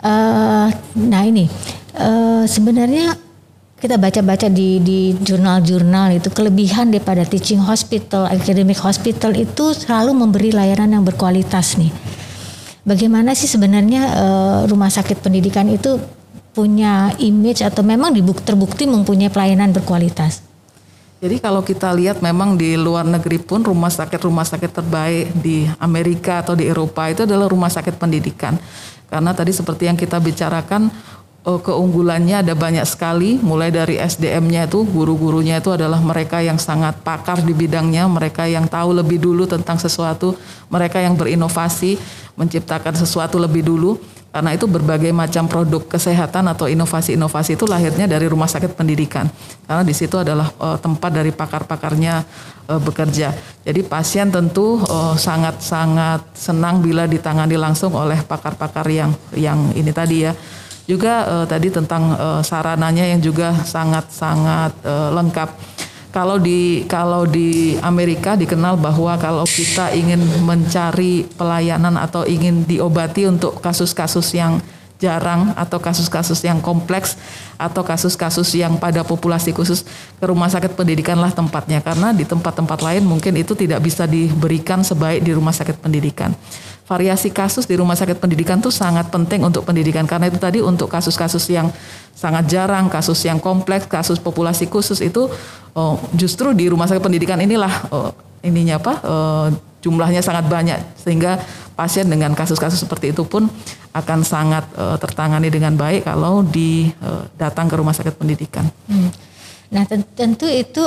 Speaker 1: Nah ini sebenarnya kita baca-baca di jurnal-jurnal itu kelebihan daripada teaching hospital, academic hospital itu selalu memberi layanan yang berkualitas nih. Bagaimana sih sebenarnya rumah sakit pendidikan itu punya image atau memang terbukti mempunyai pelayanan berkualitas?
Speaker 2: Jadi kalau kita lihat memang di luar negeri pun rumah sakit terbaik di Amerika atau di Eropa itu adalah rumah sakit pendidikan. Karena tadi seperti yang kita bicarakan, keunggulannya ada banyak sekali, mulai dari SDM-nya itu, guru-gurunya itu adalah mereka yang sangat pakar di bidangnya, mereka yang tahu lebih dulu tentang sesuatu, mereka yang berinovasi, menciptakan sesuatu lebih dulu. Karena itu berbagai macam produk kesehatan atau inovasi-inovasi itu lahirnya dari rumah sakit pendidikan. Karena di situ adalah tempat dari pakar-pakarnya bekerja. Jadi pasien tentu sangat-sangat senang bila ditangani langsung oleh pakar-pakar yang ini tadi ya. Juga tadi tentang sarananya yang juga sangat-sangat lengkap. Kalau di Amerika dikenal bahwa kalau kita ingin mencari pelayanan atau ingin diobati untuk kasus-kasus yang jarang atau kasus-kasus yang kompleks atau kasus-kasus yang pada populasi khusus, ke rumah sakit pendidikanlah tempatnya, karena di tempat-tempat lain mungkin itu tidak bisa diberikan sebaik di rumah sakit pendidikan. Variasi kasus di rumah sakit pendidikan itu sangat penting untuk pendidikan, karena itu tadi untuk kasus-kasus yang sangat jarang, kasus yang kompleks, kasus populasi khusus itu justru di rumah sakit pendidikan inilah jumlahnya sangat banyak, sehingga pasien dengan kasus-kasus seperti itu pun akan sangat tertangani dengan baik kalau datang ke rumah sakit pendidikan.
Speaker 1: Nah tentu itu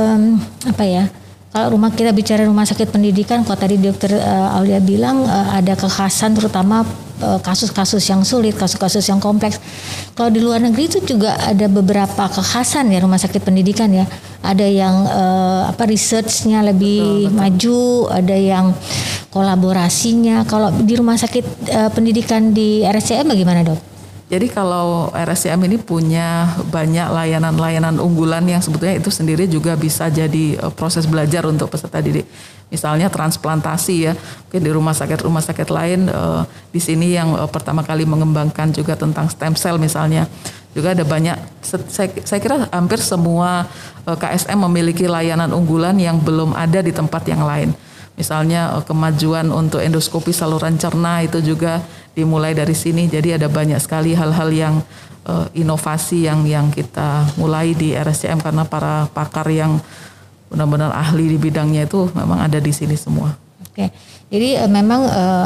Speaker 1: kalau kita bicara rumah sakit pendidikan, kalau tadi Dokter Aulia bilang ada kekhasan terutama kasus-kasus yang sulit, kasus-kasus yang kompleks. Kalau di luar negeri itu juga ada beberapa kekhasan ya rumah sakit pendidikan ya. Ada yang research-nya lebih maju, ada yang kolaborasinya. Kalau di rumah sakit pendidikan di RSCM bagaimana, Dok?
Speaker 2: Jadi kalau RSCM ini punya banyak layanan-layanan unggulan yang sebetulnya itu sendiri juga bisa jadi proses belajar untuk peserta didik. Misalnya transplantasi ya, mungkin di rumah sakit lain di sini yang pertama kali mengembangkan juga tentang stem cell misalnya. Juga ada banyak, saya kira hampir semua KSM memiliki layanan unggulan yang belum ada di tempat yang lain. Misalnya kemajuan untuk endoskopi saluran cerna itu juga dimulai dari sini. Jadi ada banyak sekali hal-hal yang inovasi yang kita mulai di RSCM, karena para pakar yang benar-benar ahli di bidangnya itu memang ada di sini semua.
Speaker 1: Oke, jadi memang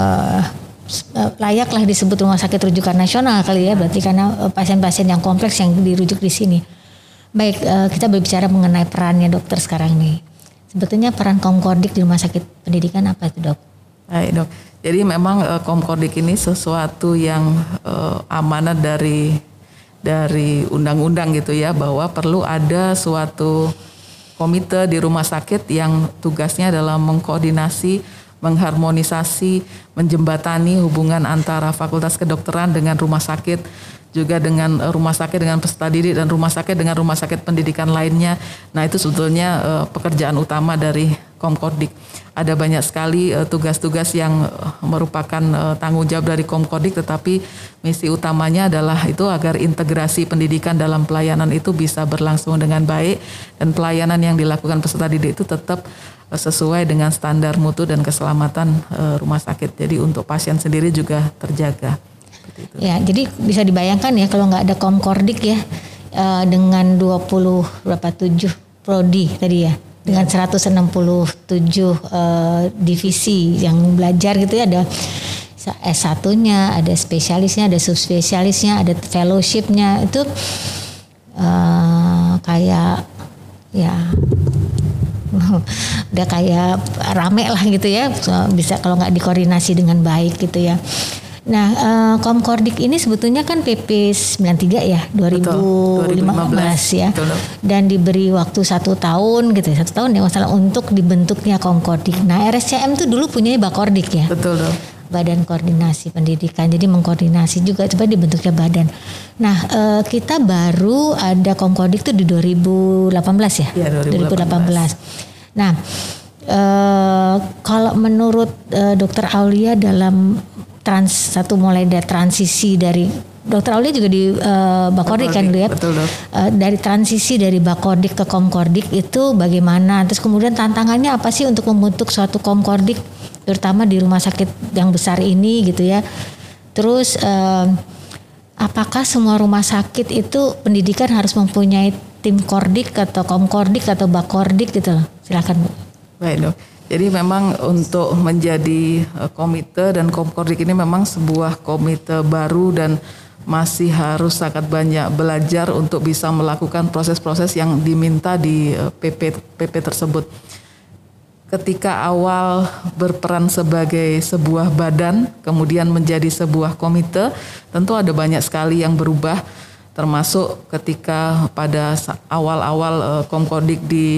Speaker 1: layaklah disebut rumah sakit rujukan nasional kali ya, berarti karena pasien-pasien yang kompleks yang dirujuk di sini. Baik, kita berbicara mengenai perannya dokter sekarang nih. Sebetulnya peran Komkordik di rumah sakit pendidikan apa itu, Dok?
Speaker 2: Baik, Dok. Jadi memang Komkordik ini sesuatu yang amanat dari undang-undang gitu ya, bahwa perlu ada suatu komite di rumah sakit yang tugasnya adalah mengkoordinasi, mengharmonisasi, menjembatani hubungan antara fakultas kedokteran dengan rumah sakit, juga dengan rumah sakit dengan peserta didik, dan rumah sakit dengan rumah sakit pendidikan lainnya. Nah itu sebetulnya pekerjaan utama dari Komkordik. Ada banyak sekali tugas-tugas yang merupakan tanggung jawab dari Komkordik, tetapi misi utamanya adalah itu agar integrasi pendidikan dalam pelayanan itu bisa berlangsung dengan baik, dan pelayanan yang dilakukan peserta didik itu tetap sesuai dengan standar mutu dan keselamatan rumah sakit. Jadi untuk pasien sendiri juga terjaga.
Speaker 1: Ya, jadi bisa dibayangkan ya kalau nggak ada Komkordik ya, dengan 7 prodi tadi ya, dengan 167 divisi yang belajar gitu ya, ada S1-nya, ada spesialisnya, ada subspesialisnya, ada fellowship-nya, itu kayak ya udah kayak rame lah gitu ya, bisa kalau nggak dikoordinasi dengan baik gitu ya. Nah, Komkordik ini sebetulnya kan PP 93 ya, 2015 ya. Betul. Dan diberi waktu 1 tahun gitu, 1 tahun ya masalah untuk dibentuknya Komkordik. Nah, RSCM tuh dulu punya Bakordik ya.
Speaker 2: Betul dong.
Speaker 1: Badan Koordinasi Pendidikan, jadi mengkoordinasi juga supaya dibentuknya badan. Nah, kita baru ada Komkordik tuh di 2018 ya?
Speaker 2: Iya, 2018.
Speaker 1: Nah, kalau menurut Dokter Aulia dalam mulai dari transisi dari Dokter Aulia juga di Bakordik kan dulu ya.
Speaker 2: Betul, Dok.
Speaker 1: Dari transisi dari Bakordik ke Komkordik itu bagaimana? Terus kemudian tantangannya apa sih untuk membentuk suatu Komkordik, terutama di rumah sakit yang besar ini gitu ya. Terus apakah semua rumah sakit itu pendidikan harus mempunyai tim Kordik atau Komkordik atau Bakordik gitu loh? Silakan Bu.
Speaker 2: Baik, Dok. Jadi memang untuk menjadi komite dan Komkordik ini memang sebuah komite baru dan masih harus sangat banyak belajar untuk bisa melakukan proses-proses yang diminta di PP tersebut. ketika awal berperan sebagai sebuah badan, kemudian menjadi sebuah komite, tentu ada banyak sekali yang berubah, termasuk ketika pada awal-awal Komkodik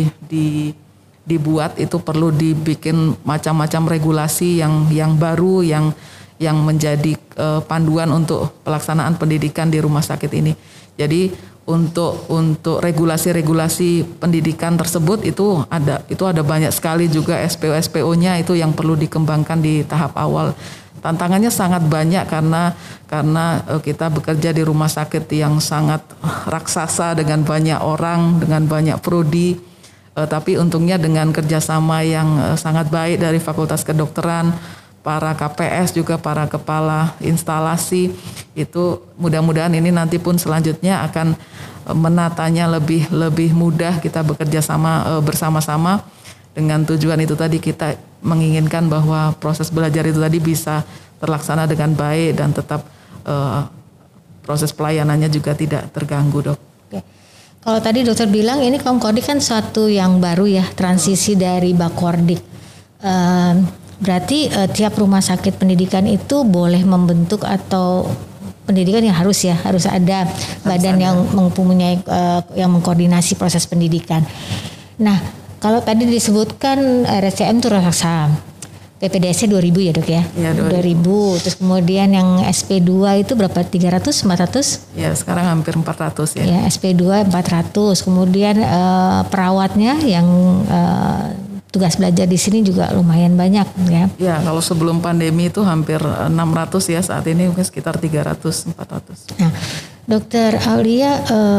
Speaker 2: dibuat itu perlu dibikin macam-macam regulasi yang baru yang menjadi panduan untuk pelaksanaan pendidikan di rumah sakit ini. Jadi untuk regulasi-regulasi pendidikan tersebut itu ada banyak sekali juga SPO-SPO-nya itu yang perlu dikembangkan di tahap awal. Tantangannya sangat banyak karena kita bekerja di rumah sakit yang sangat raksasa dengan banyak orang, dengan banyak prodi. Tapi untungnya dengan kerjasama yang sangat baik dari Fakultas Kedokteran, para KPS juga para kepala instalasi, itu mudah-mudahan ini nanti pun selanjutnya akan menatanya lebih mudah. Kita bekerja bersama-sama dengan tujuan itu tadi, kita menginginkan bahwa proses belajar itu tadi bisa terlaksana dengan baik dan tetap proses pelayanannya juga tidak terganggu, Dok.
Speaker 1: Oke. Kalau tadi dokter bilang ini Komkodik kan suatu yang baru ya, transisi dari Bakordik. Berarti tiap rumah sakit pendidikan itu boleh membentuk atau pendidikan yang harus ada badan yang mempunyai yang mengkoordinasi proses pendidikan. Nah, kalau tadi disebutkan RSCM itu raksasa, PPDS 2000 ya Dok ya?
Speaker 2: Ya
Speaker 1: 2000. Terus kemudian yang SP2 itu berapa? 300, 400?
Speaker 2: Ya sekarang hampir 400 ya.
Speaker 1: Ya SP2 400. Kemudian perawatnya yang tugas belajar di sini juga lumayan banyak ya.
Speaker 2: Ya, kalau sebelum pandemi itu hampir 600 ya, saat ini mungkin sekitar 300, 400.
Speaker 1: Nah, Dokter Aulia,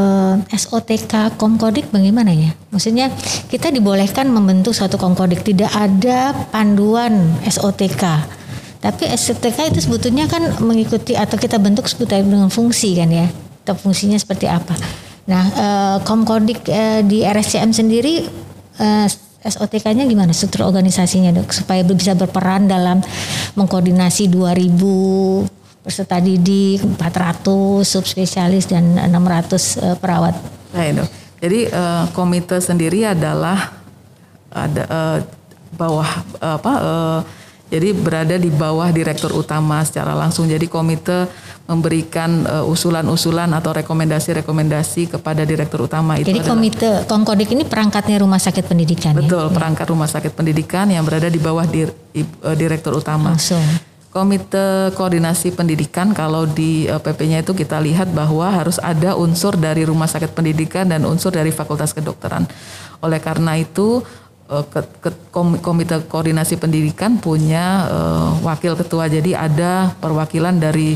Speaker 1: SOTK Komkodik bagaimana ya? Maksudnya kita dibolehkan membentuk suatu Komkodik, tidak ada panduan SOTK. Tapi SOTK itu sebetulnya kan mengikuti atau kita bentuk sebetulnya dengan fungsi kan ya. Atau fungsinya seperti apa. Nah, Komkodik di RSCM sendiri SOTK-nya gimana struktur organisasinya Dok supaya bisa berperan dalam mengkoordinasi 2000 peserta didik, 400 subspesialis dan 600 perawat.
Speaker 2: Baik Dok. Jadi komite sendiri adalah jadi berada di bawah direktur utama secara langsung. Jadi komite memberikan usulan-usulan atau rekomendasi-rekomendasi kepada direktur utama. Itu
Speaker 1: jadi komite Komkodik ini perangkatnya rumah sakit pendidikan.
Speaker 2: Betul,
Speaker 1: ya?
Speaker 2: perangkat rumah sakit pendidikan yang berada di bawah direktur utama.
Speaker 1: Langsung.
Speaker 2: Komite koordinasi pendidikan kalau di PP-nya itu kita lihat bahwa harus ada unsur dari rumah sakit pendidikan dan unsur dari Fakultas Kedokteran. Oleh karena itu Komite Koordinasi Pendidikan punya wakil ketua, jadi ada perwakilan dari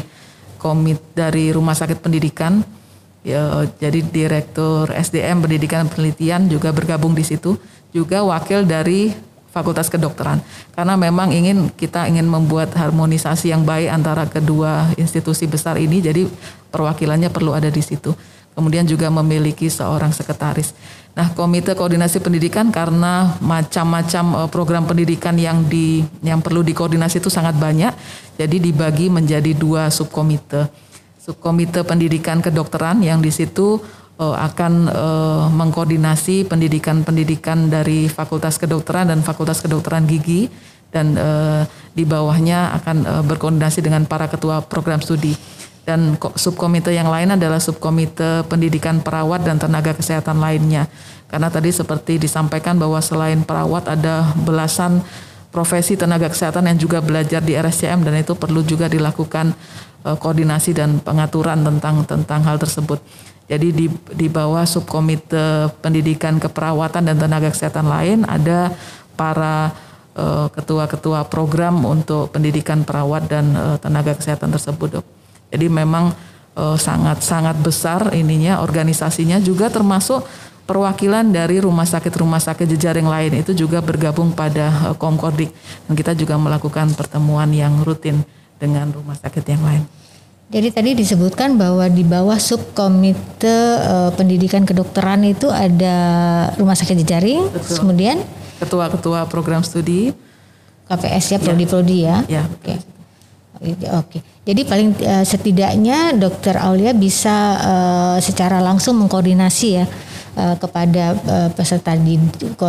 Speaker 2: Rumah Sakit Pendidikan, jadi Direktur SDM Pendidikan dan Penelitian juga bergabung di situ, juga wakil dari Fakultas Kedokteran, karena memang kita ingin membuat harmonisasi yang baik antara kedua institusi besar ini, jadi perwakilannya perlu ada di situ. Kemudian juga memiliki seorang sekretaris. Nah, Komite Koordinasi Pendidikan karena macam-macam program pendidikan yang perlu dikoordinasi itu sangat banyak, jadi dibagi menjadi 2 subkomite. Subkomite Pendidikan Kedokteran yang di situ akan mengkoordinasi pendidikan dari Fakultas Kedokteran dan Fakultas Kedokteran Gigi, dan di bawahnya akan berkoordinasi dengan para ketua program studi. Dan subkomite yang lain adalah subkomite pendidikan perawat dan tenaga kesehatan lainnya. Karena tadi seperti disampaikan bahwa selain perawat ada belasan profesi tenaga kesehatan yang juga belajar di RSCM, dan itu perlu juga dilakukan koordinasi dan pengaturan tentang hal tersebut. Jadi di bawah subkomite pendidikan keperawatan dan tenaga kesehatan lain ada para ketua-ketua program untuk pendidikan perawat dan tenaga kesehatan tersebut, Dok. Jadi memang sangat-sangat besar organisasinya, juga termasuk perwakilan dari rumah sakit jejaring lain itu juga bergabung pada Komkodik, dan kita juga melakukan pertemuan yang rutin dengan rumah sakit yang lain.
Speaker 1: Jadi tadi disebutkan bahwa di bawah subkomite pendidikan kedokteran itu ada rumah sakit jejaring,
Speaker 2: betul.
Speaker 1: Kemudian
Speaker 2: ketua-ketua program studi,
Speaker 1: KPS ya, prodi-prodi ya.
Speaker 2: Ya.
Speaker 1: Oke. Jadi paling setidaknya Dokter Aulia bisa secara langsung mengkoordinasi ya kepada peserta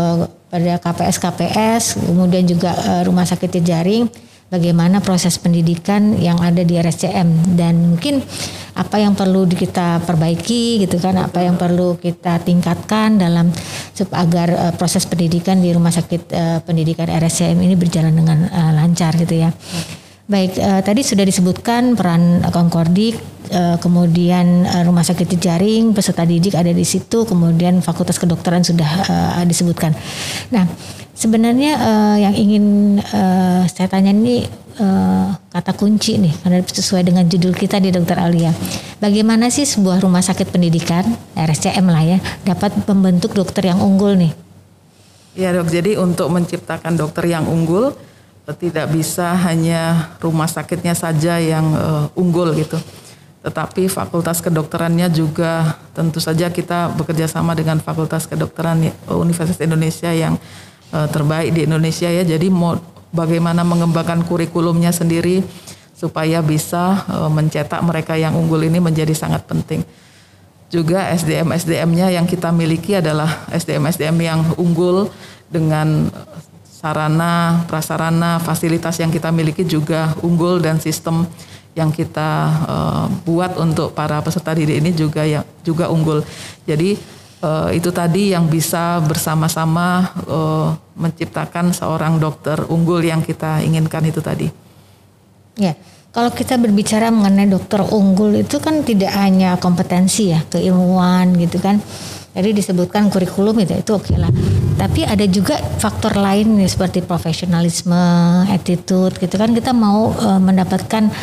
Speaker 1: pada KPS, kemudian juga rumah sakit jejaring, bagaimana proses pendidikan yang ada di RSCM dan mungkin apa yang perlu kita perbaiki gitu kan, apa yang perlu kita tingkatkan dalam agar proses pendidikan di rumah sakit pendidikan RSCM ini berjalan dengan lancar gitu ya. Baik, tadi sudah disebutkan peran Konkordik, kemudian rumah sakit jejaring, peserta didik ada di situ, kemudian fakultas kedokteran sudah disebutkan. Nah, sebenarnya yang ingin saya tanya ini kata kunci nih, karena sesuai dengan judul kita di Dokter Aulia. Bagaimana sih sebuah rumah sakit pendidikan, RSCM lah ya, dapat membentuk dokter yang unggul nih?
Speaker 2: Ya dok, jadi untuk menciptakan dokter yang unggul, tidak bisa hanya rumah sakitnya saja yang unggul gitu. Tetapi fakultas kedokterannya juga tentu saja kita bekerja sama dengan Fakultas Kedokteran Universitas Indonesia yang terbaik di Indonesia ya. Jadi bagaimana mengembangkan kurikulumnya sendiri supaya bisa mencetak mereka yang unggul ini menjadi sangat penting. Juga SDM-SDM-nya yang kita miliki adalah SDM-SDM yang unggul dengan sarana, prasarana, fasilitas yang kita miliki juga unggul dan sistem yang kita buat untuk para peserta didik ini juga unggul. Jadi itu tadi yang bisa bersama-sama menciptakan seorang dokter unggul yang kita inginkan itu tadi.
Speaker 1: Ya, kalau kita berbicara mengenai dokter unggul itu kan tidak hanya kompetensi ya, keilmuan gitu kan. Jadi disebutkan kurikulum itu oke lah. Tapi ada juga faktor lain nih seperti profesionalisme, attitude gitu kan. Kita mau mendapatkan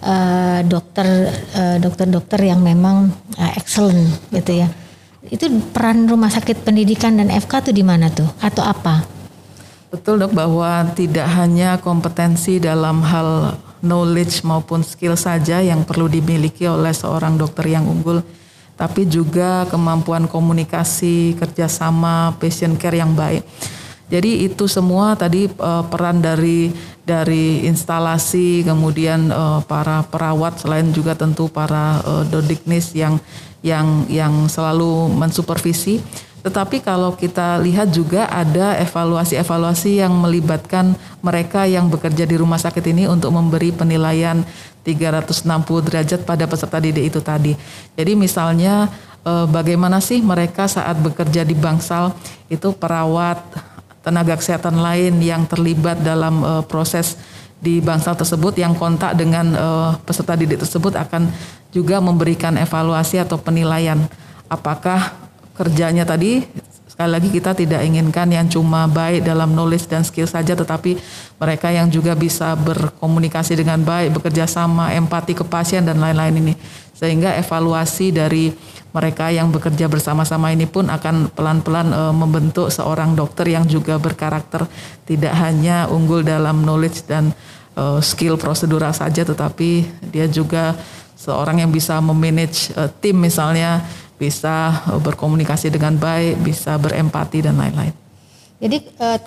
Speaker 1: dokter yang memang excellent gitu ya. Itu peran rumah sakit pendidikan dan FK tuh di mana tuh atau apa?
Speaker 2: Betul dok, bahwa tidak hanya kompetensi dalam hal knowledge maupun skill saja yang perlu dimiliki oleh seorang dokter yang unggul, tapi juga kemampuan komunikasi, kerjasama, patient care yang baik. Jadi itu semua tadi peran dari instalasi, kemudian para perawat, selain juga tentu para dodiknis yang selalu mensupervisi. Tetapi kalau kita lihat juga ada evaluasi-evaluasi yang melibatkan mereka yang bekerja di rumah sakit ini untuk memberi penilaian 360 derajat pada peserta didik itu tadi. Jadi misalnya bagaimana sih mereka saat bekerja di bangsal itu perawat, tenaga kesehatan lain yang terlibat dalam proses di bangsal tersebut yang kontak dengan peserta didik tersebut akan juga memberikan evaluasi atau penilaian. Apakah kerjanya tadi, sekali lagi kita tidak inginkan yang cuma baik dalam knowledge dan skill saja, tetapi mereka yang juga bisa berkomunikasi dengan baik, bekerja sama, empati ke pasien dan lain-lain ini. Sehingga evaluasi dari mereka yang bekerja bersama-sama ini pun akan pelan-pelan membentuk seorang dokter yang juga berkarakter, tidak hanya unggul dalam knowledge dan skill prosedural saja, tetapi dia juga seorang yang bisa memanage tim misalnya, bisa berkomunikasi dengan baik, bisa berempati dan lain-lain.
Speaker 1: Jadi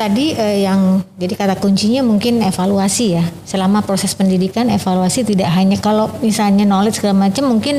Speaker 1: jadi kata kuncinya mungkin evaluasi ya. Selama proses pendidikan evaluasi tidak hanya kalau misalnya knowledge segala macam mungkin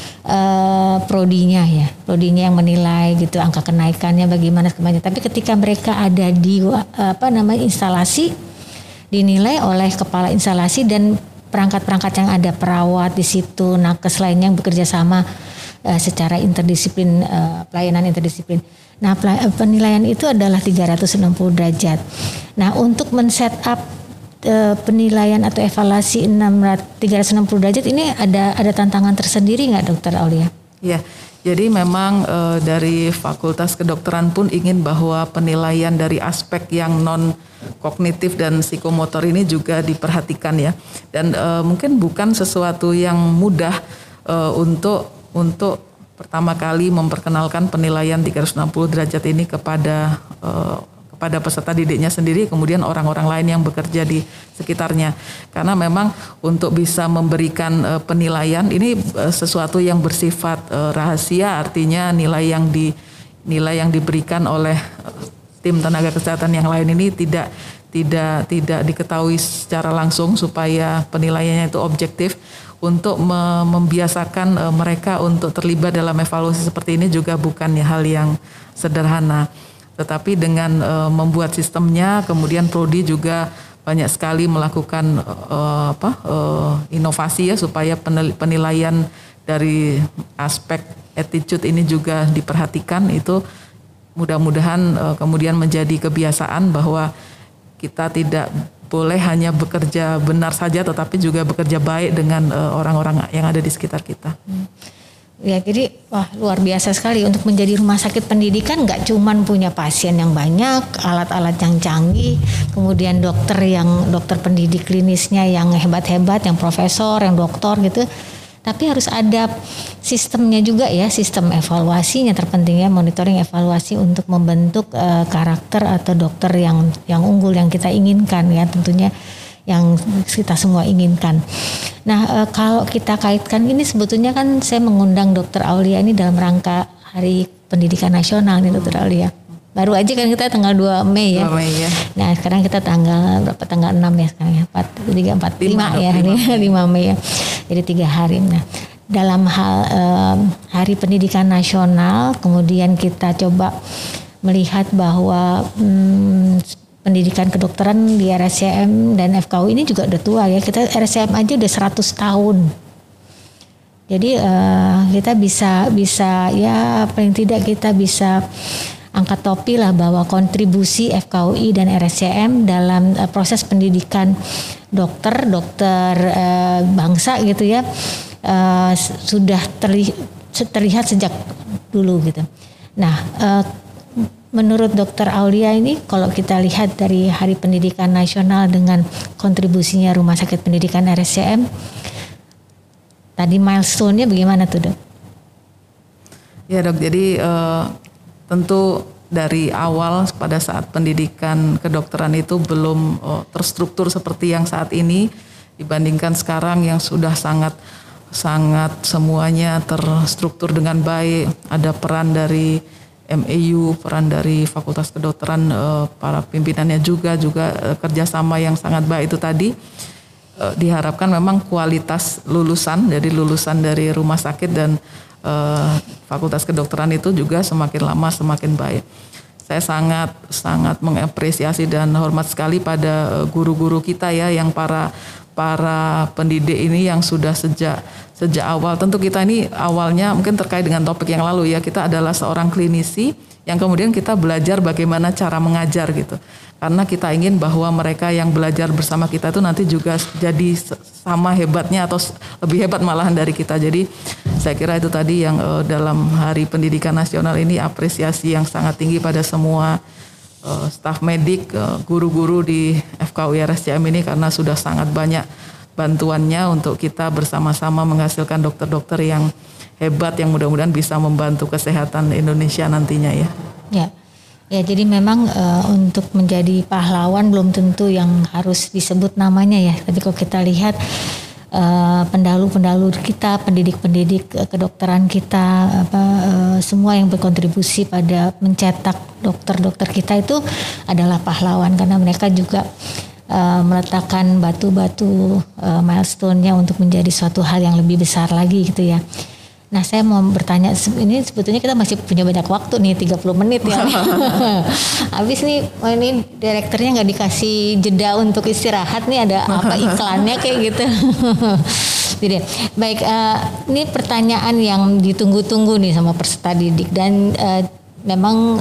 Speaker 1: prodinya yang menilai gitu angka kenaikannya bagaimana semuanya. Tapi ketika mereka ada di instalasi dinilai oleh kepala instalasi dan perangkat-perangkat yang ada, perawat di situ, nakes lainnya yang bekerja sama secara interdisiplin, pelayanan interdisiplin. Nah, penilaian itu adalah 360 derajat. Nah, untuk men-set up penilaian atau evaluasi 360 derajat ini ada tantangan tersendiri nggak, Dokter Aulia?
Speaker 2: Iya, jadi memang dari Fakultas Kedokteran pun ingin bahwa penilaian dari aspek yang non kognitif dan psikomotor ini juga diperhatikan ya. Dan mungkin bukan sesuatu yang mudah untuk pertama kali memperkenalkan penilaian 360 derajat ini kepada peserta didiknya sendiri, kemudian orang-orang lain yang bekerja di sekitarnya. Karena memang untuk bisa memberikan penilaian ini sesuatu yang bersifat rahasia, artinya nilai yang diberikan oleh tim tenaga kesehatan yang lain ini tidak diketahui secara langsung supaya penilaiannya itu objektif. Untuk membiasakan mereka untuk terlibat dalam evaluasi seperti ini juga bukan hal yang sederhana. Tetapi dengan membuat sistemnya, kemudian prodi juga banyak sekali melakukan inovasi ya supaya penilaian dari aspek attitude ini juga diperhatikan. Itu mudah-mudahan kemudian menjadi kebiasaan bahwa kita tidak boleh hanya bekerja benar saja, tetapi juga bekerja baik dengan orang-orang yang ada di sekitar kita.
Speaker 1: Ya, jadi luar biasa sekali untuk menjadi rumah sakit pendidikan. Nggak cuman punya pasien yang banyak, alat-alat yang canggih, kemudian dokter pendidik klinisnya yang hebat-hebat, yang profesor, yang doktor gitu. Tapi harus ada sistemnya juga ya, sistem evaluasinya terpenting ya, monitoring evaluasi untuk membentuk karakter atau dokter yang unggul yang kita inginkan ya, tentunya yang kita semua inginkan. Nah, kalau kita kaitkan ini sebetulnya kan saya mengundang Dr. Aulia ini dalam rangka Hari Pendidikan Nasional nih Dr. Aulia. Baru aja kan kita tanggal 2 Mei ya.
Speaker 2: 2 Mei ya.
Speaker 1: Nah, sekarang kita tanggal berapa? Tanggal 6 ya sekarang ya. 5 ya, ini 5 Mei ya. Jadi 3 hari. Nah, dalam hal Hari Pendidikan Nasional, kemudian kita coba melihat bahwa pendidikan kedokteran di RSCM dan FKU ini juga udah tua ya. Kita RSCM aja udah 100 tahun. Jadi kita bisa ya paling tidak kita bisa angkat topi lah bahwa kontribusi FKUI dan RSCM dalam proses pendidikan dokter bangsa gitu ya sudah terlihat sejak dulu gitu. Nah, menurut Dr. Aulia ini kalau kita lihat dari Hari Pendidikan Nasional dengan kontribusinya Rumah Sakit Pendidikan RSCM, tadi milestone-nya bagaimana tuh Dok?
Speaker 2: Ya Dok, jadi tentu dari awal pada saat pendidikan kedokteran itu belum terstruktur seperti yang saat ini, dibandingkan sekarang yang sudah sangat semuanya terstruktur dengan baik. Ada peran dari MAU, peran dari Fakultas Kedokteran, para pimpinannya juga kerjasama yang sangat baik itu tadi. Diharapkan memang kualitas lulusan dari rumah sakit dan Fakultas Kedokteran itu juga semakin lama semakin baik. Saya sangat mengapresiasi dan hormat sekali pada guru-guru kita ya, yang para pendidik ini yang sudah sejak awal. Tentu kita ini awalnya mungkin terkait dengan topik yang lalu ya, kita adalah seorang klinisi yang kemudian kita belajar bagaimana cara mengajar gitu. Karena kita ingin bahwa mereka yang belajar bersama kita itu nanti juga jadi sama hebatnya atau lebih hebat malahan dari kita. Jadi saya kira itu tadi yang dalam Hari Pendidikan Nasional ini apresiasi yang sangat tinggi pada semua staf medik, guru-guru di FKUI RSCM ini, karena sudah sangat banyak bantuannya untuk kita bersama-sama menghasilkan dokter-dokter yang hebat yang mudah-mudahan bisa membantu kesehatan Indonesia nantinya ya.
Speaker 1: Ya, jadi memang untuk menjadi pahlawan belum tentu yang harus disebut namanya ya. Tapi kalau kita lihat pendahulu kita, pendidik-pendidik kedokteran kita, semua yang berkontribusi pada mencetak dokter-dokter kita itu adalah pahlawan, karena mereka juga meletakkan batu-batu milestone-nya untuk menjadi suatu hal yang lebih besar lagi gitu ya. Nah, saya mau bertanya, ini sebetulnya kita masih punya banyak waktu nih, 30 menit ya. Habis nih, ini direkturnya nggak dikasih jeda untuk istirahat nih, ada apa iklannya kayak gitu. Jadi, baik, ini pertanyaan yang ditunggu-tunggu nih sama peserta didik, dan memang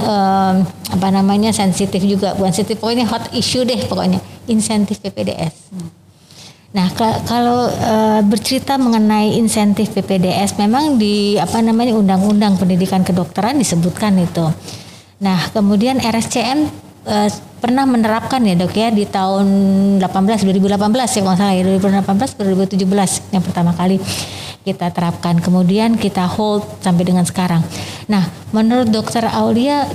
Speaker 1: sensitif juga, bukan sensitif, pokoknya hot issue deh pokoknya, insentif PPDS. Nah, kalau bercerita mengenai insentif PPDS, memang di Undang-Undang Pendidikan Kedokteran disebutkan itu. Nah, kemudian RSCM pernah menerapkan ya Dok ya di tahun 2018 ya kalau salah ya, 2018-2017 yang pertama kali kita terapkan. Kemudian kita hold sampai dengan sekarang. Nah, menurut Dr. Aulia,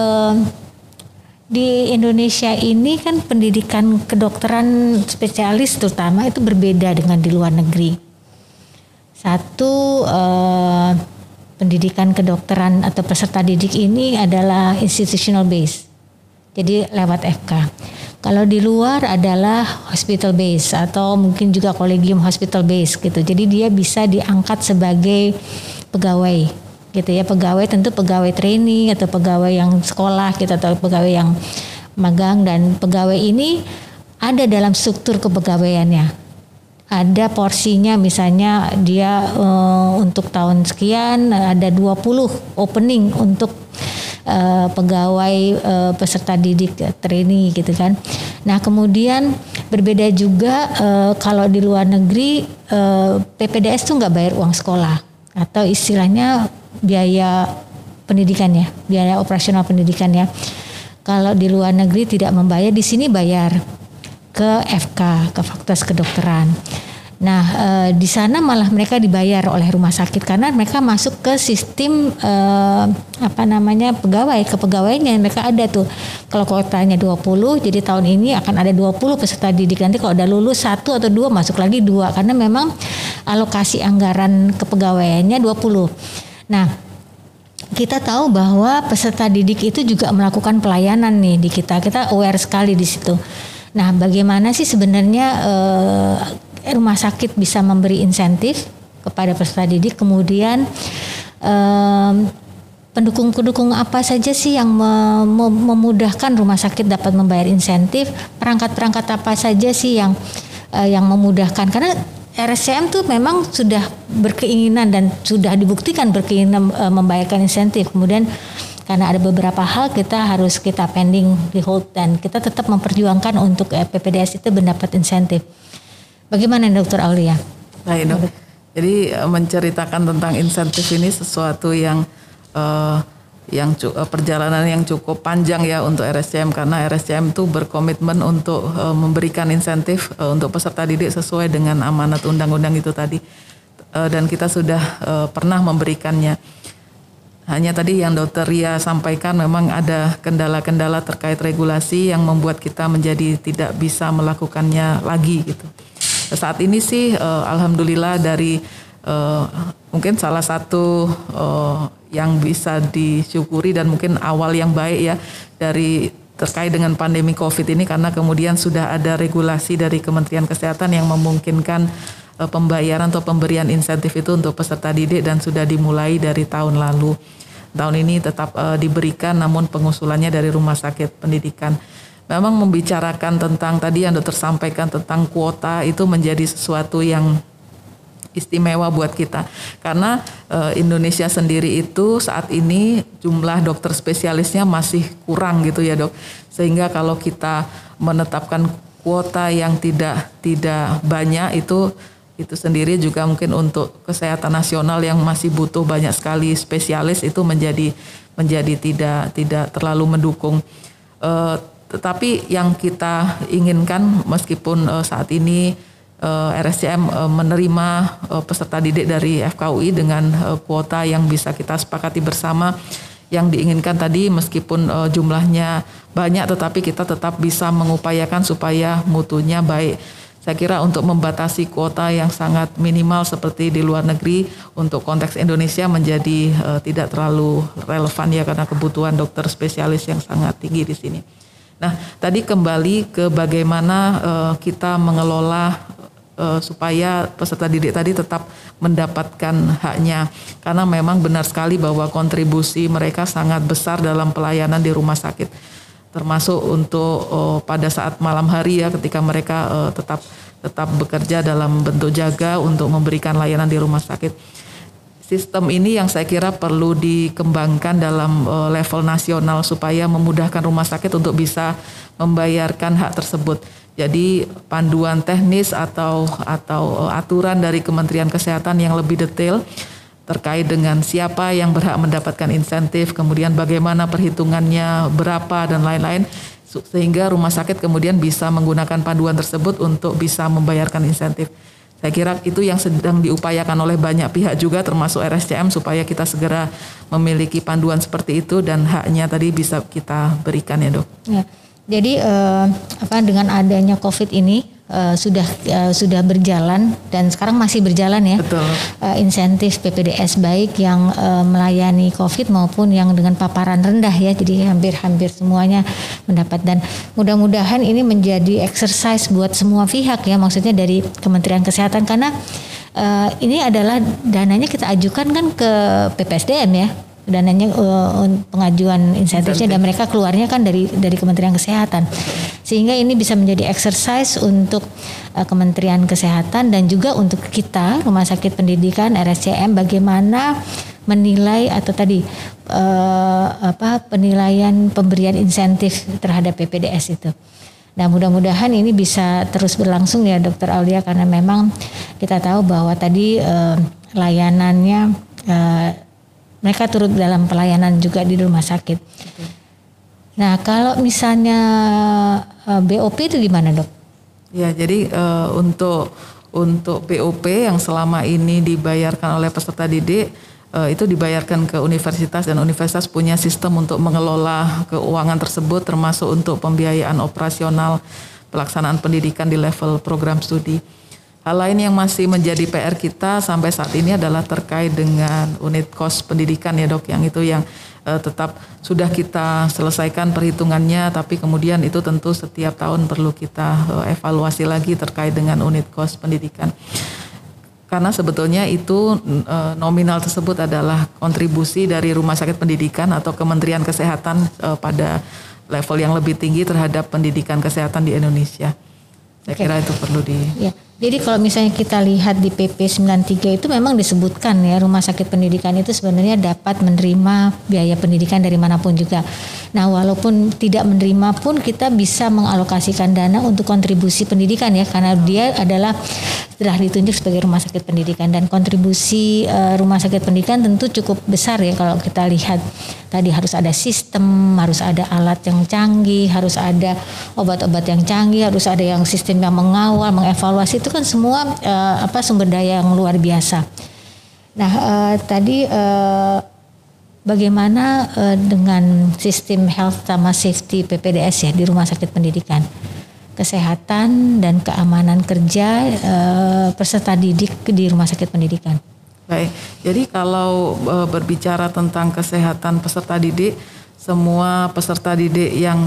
Speaker 1: di Indonesia ini kan pendidikan kedokteran spesialis terutama itu berbeda dengan di luar negeri. Satu, pendidikan kedokteran atau peserta didik ini adalah institutional base, jadi lewat FK. Kalau di luar adalah hospital base atau mungkin juga kolegium hospital base gitu. Jadi dia bisa diangkat sebagai pegawai gitu ya, pegawai tentu pegawai training atau pegawai yang sekolah gitu atau pegawai yang magang, dan pegawai ini ada dalam struktur kepegawaiannya. Ada porsinya, misalnya dia untuk tahun sekian ada 20 opening untuk pegawai peserta didik trainee gitu kan. Nah kemudian berbeda juga kalau di luar negeri PPDS tuh nggak bayar uang sekolah atau istilahnya biaya pendidikan ya, biaya operasional pendidikan ya. Kalau di luar negeri tidak membayar, di sini bayar ke FK, ke Fakultas Kedokteran. Nah, di sana malah mereka dibayar oleh rumah sakit karena mereka masuk ke sistem pegawai, kepegawaiannya mereka ada tuh. Kalau kuotanya 20, jadi tahun ini akan ada 20 peserta didik. Nanti kalau udah lulus 1 atau 2 masuk lagi 2 karena memang alokasi anggaran kepegawaiannya 20. Nah, kita tahu bahwa peserta didik itu juga melakukan pelayanan nih di kita aware sekali di situ. Nah, bagaimana sih sebenarnya rumah sakit bisa memberi insentif kepada peserta didik, kemudian pendukung-pendukung apa saja sih yang memudahkan rumah sakit dapat membayar insentif, perangkat-perangkat apa saja sih yang memudahkan, karena RSCM tuh memang sudah berkeinginan dan sudah dibuktikan berkeinginan membayarkan insentif, kemudian karena ada beberapa hal kita pending di hold dan kita tetap memperjuangkan untuk PPDS itu mendapat insentif. Bagaimana Dr. Aulia?
Speaker 2: Baik dok. Jadi menceritakan tentang insentif ini sesuatu yang perjalanan yang cukup panjang ya untuk RSCM, karena RSCM itu berkomitmen untuk memberikan insentif untuk peserta didik sesuai dengan amanat undang-undang itu tadi, dan kita sudah pernah memberikannya. Hanya tadi yang Dr. Ria sampaikan memang ada kendala-kendala terkait regulasi yang membuat kita menjadi tidak bisa melakukannya lagi gitu. Saat ini sih alhamdulillah dari mungkin salah satu yang bisa disyukuri dan mungkin awal yang baik ya dari terkait dengan pandemi COVID ini, karena kemudian sudah ada regulasi dari Kementerian Kesehatan yang memungkinkan pembayaran atau pemberian insentif itu untuk peserta didik dan sudah dimulai dari tahun lalu. Tahun ini tetap diberikan, namun pengusulannya dari rumah sakit pendidikan. Memang membicarakan tentang tadi yang dokter sampaikan tentang kuota itu menjadi sesuatu yang istimewa buat kita. Karena Indonesia sendiri itu saat ini jumlah dokter spesialisnya masih kurang gitu ya dok. Sehingga kalau kita menetapkan kuota yang tidak banyak itu sendiri juga mungkin untuk kesehatan nasional yang masih butuh banyak sekali spesialis itu menjadi tidak terlalu mendukung. Tetapi yang kita inginkan meskipun saat ini RSCM menerima peserta didik dari FKUI dengan kuota yang bisa kita sepakati bersama, yang diinginkan tadi meskipun jumlahnya banyak tetapi kita tetap bisa mengupayakan supaya mutunya baik. Saya kira untuk membatasi kuota yang sangat minimal seperti di luar negeri untuk konteks Indonesia menjadi tidak terlalu relevan ya, karena kebutuhan dokter spesialis yang sangat tinggi di sini. Nah, tadi kembali ke bagaimana kita mengelola supaya peserta didik tadi tetap mendapatkan haknya, karena memang benar sekali bahwa kontribusi mereka sangat besar dalam pelayanan di rumah sakit. Termasuk untuk pada saat malam hari ya, ketika mereka tetap bekerja dalam bentuk jaga untuk memberikan layanan di rumah sakit. Sistem ini yang saya kira perlu dikembangkan dalam level nasional supaya memudahkan rumah sakit untuk bisa membayarkan hak tersebut. Jadi panduan teknis atau aturan dari Kementerian Kesehatan yang lebih detail terkait dengan siapa yang berhak mendapatkan insentif, kemudian bagaimana perhitungannya, berapa dan lain-lain, sehingga rumah sakit kemudian bisa menggunakan panduan tersebut untuk bisa membayarkan insentif. Saya kira itu yang sedang diupayakan oleh banyak pihak juga termasuk RSCM supaya kita segera memiliki panduan seperti itu dan haknya tadi bisa kita berikan ya dok.
Speaker 1: Ya, jadi dengan adanya COVID ini sudah berjalan dan sekarang masih berjalan ya.
Speaker 2: Betul.
Speaker 1: Insentif PPDS baik yang melayani COVID maupun yang dengan paparan rendah ya, jadi hampir semuanya mendapat, dan mudah-mudahan ini menjadi exercise buat semua pihak ya, maksudnya dari Kementerian Kesehatan, karena ini adalah dananya kita ajukan kan ke PPSDM ya. Dananya pengajuan insentifnya dan mereka keluarnya kan dari Kementerian Kesehatan. Sehingga ini bisa menjadi exercise untuk Kementerian Kesehatan dan juga untuk kita Rumah Sakit Pendidikan RSCM bagaimana menilai atau tadi penilaian pemberian insentif terhadap PPDS itu. Nah, mudah-mudahan ini bisa terus berlangsung ya Dokter Aulia, karena memang kita tahu bahwa tadi layanannya mereka turut dalam pelayanan juga di rumah sakit. Nah, kalau misalnya BOP itu gimana, Dok?
Speaker 2: Ya, jadi untuk BOP yang selama ini dibayarkan oleh peserta didik itu dibayarkan ke universitas dan universitas punya sistem untuk mengelola keuangan tersebut termasuk untuk pembiayaan operasional pelaksanaan pendidikan di level program studi. Hal lain yang masih menjadi PR kita sampai saat ini adalah terkait dengan unit kos pendidikan ya Dok, yang itu yang tetap sudah kita selesaikan perhitungannya, tapi kemudian itu tentu setiap tahun perlu kita evaluasi lagi terkait dengan unit kos pendidikan. Karena sebetulnya itu nominal tersebut adalah kontribusi dari Rumah Sakit Pendidikan atau Kementerian Kesehatan pada level yang lebih tinggi terhadap pendidikan kesehatan di Indonesia. Saya kira itu perlu
Speaker 1: Ya. Jadi kalau misalnya kita lihat di PP 93 itu memang disebutkan ya rumah sakit pendidikan itu sebenarnya dapat menerima biaya pendidikan dari manapun juga. Nah, walaupun tidak menerima pun kita bisa mengalokasikan dana untuk kontribusi pendidikan ya, karena dia adalah telah ditunjuk sebagai rumah sakit pendidikan dan kontribusi rumah sakit pendidikan tentu cukup besar ya kalau kita lihat tadi harus ada sistem, harus ada alat yang canggih, harus ada obat-obat yang canggih, harus ada yang sistem yang mengawal, mengevaluasi, itu kan semua sumber daya yang luar biasa. Nah, tadi bagaimana dengan sistem health sama safety PPDS ya di rumah sakit pendidikan? Kesehatan dan keamanan kerja peserta didik di rumah sakit pendidikan.
Speaker 2: Baik, jadi kalau berbicara tentang kesehatan peserta didik, semua peserta didik yang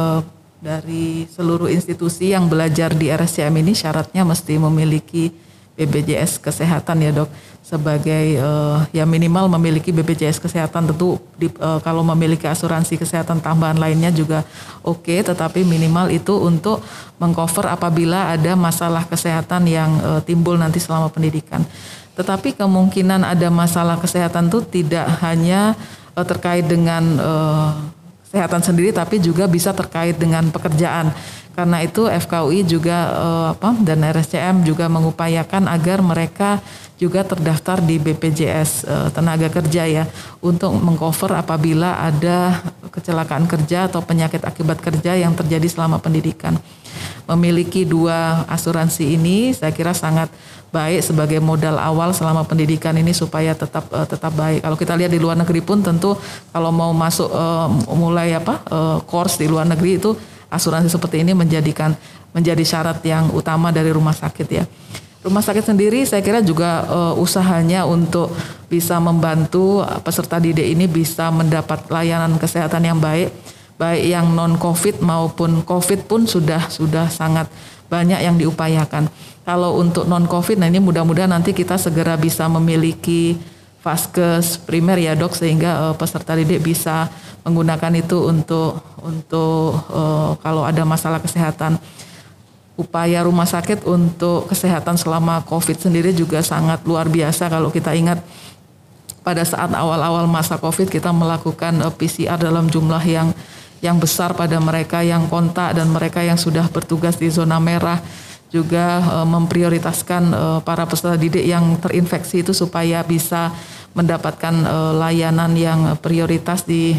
Speaker 2: dari seluruh institusi yang belajar di RSCM ini syaratnya mesti memiliki BPJS Kesehatan ya Dok. Sebagai ya minimal memiliki BPJS Kesehatan, tentu kalau memiliki asuransi kesehatan tambahan lainnya juga oke, tetapi minimal itu untuk mengcover apabila ada masalah kesehatan yang timbul nanti selama pendidikan. Tetapi kemungkinan ada masalah kesehatan itu tidak hanya terkait dengan kesehatan sendiri, tapi juga bisa terkait dengan pekerjaan. Karena itu FKUI juga dan RSCM juga mengupayakan agar mereka juga terdaftar di BPJS Tenaga Kerja ya, untuk mengcover apabila ada kecelakaan kerja atau penyakit akibat kerja yang terjadi selama pendidikan. Memiliki dua asuransi ini saya kira sangat baik sebagai modal awal selama pendidikan ini supaya tetap baik. Kalau kita lihat di luar negeri pun tentu kalau mau masuk course di luar negeri itu asuransi seperti ini menjadi syarat yang utama dari rumah sakit ya. Rumah sakit sendiri saya kira juga usahanya untuk bisa membantu peserta didik ini bisa mendapat layanan kesehatan yang baik yang non-COVID maupun COVID pun sudah sangat banyak yang diupayakan. Kalau untuk non-COVID, nah ini mudah-mudahan nanti kita segera bisa memiliki vaskes primer ya Dok, sehingga peserta didik bisa menggunakan itu untuk kalau ada masalah kesehatan. Upaya rumah sakit untuk kesehatan selama COVID sendiri juga sangat luar biasa. Kalau kita ingat pada saat awal-awal masa COVID kita melakukan PCR dalam jumlah yang besar pada mereka yang kontak dan mereka yang sudah bertugas di zona merah, juga memprioritaskan para peserta didik yang terinfeksi itu supaya bisa mendapatkan layanan yang prioritas di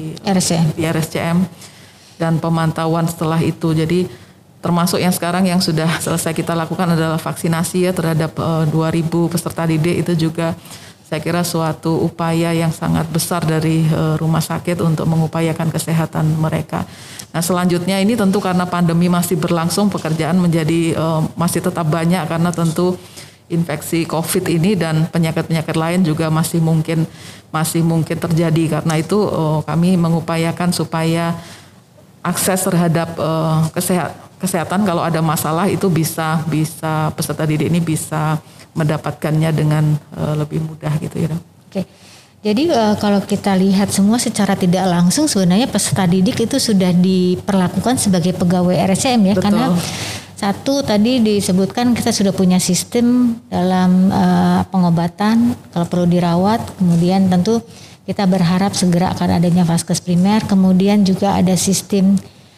Speaker 2: RSCM dan pemantauan setelah itu. Jadi termasuk yang sekarang yang sudah selesai kita lakukan adalah vaksinasi ya terhadap 2.000 peserta didik. Itu juga saya kira suatu upaya yang sangat besar dari rumah sakit untuk mengupayakan kesehatan mereka. Nah, selanjutnya ini tentu karena pandemi masih berlangsung, pekerjaan menjadi masih tetap banyak karena tentu infeksi COVID ini dan penyakit-penyakit lain juga masih mungkin terjadi. Karena itu kami mengupayakan supaya akses terhadap kesehatan kalau ada masalah itu bisa peserta didik ini bisa mendapatkannya dengan lebih mudah gitu ya, Dok.
Speaker 1: Oke. Jadi kalau kita lihat semua secara tidak langsung sebenarnya peserta didik itu sudah diperlakukan sebagai pegawai RSCM ya.
Speaker 2: Betul.
Speaker 1: Karena satu tadi disebutkan kita sudah punya sistem dalam pengobatan kalau perlu dirawat. Kemudian tentu kita berharap segera akan adanya vaskes primer. Kemudian juga ada sistem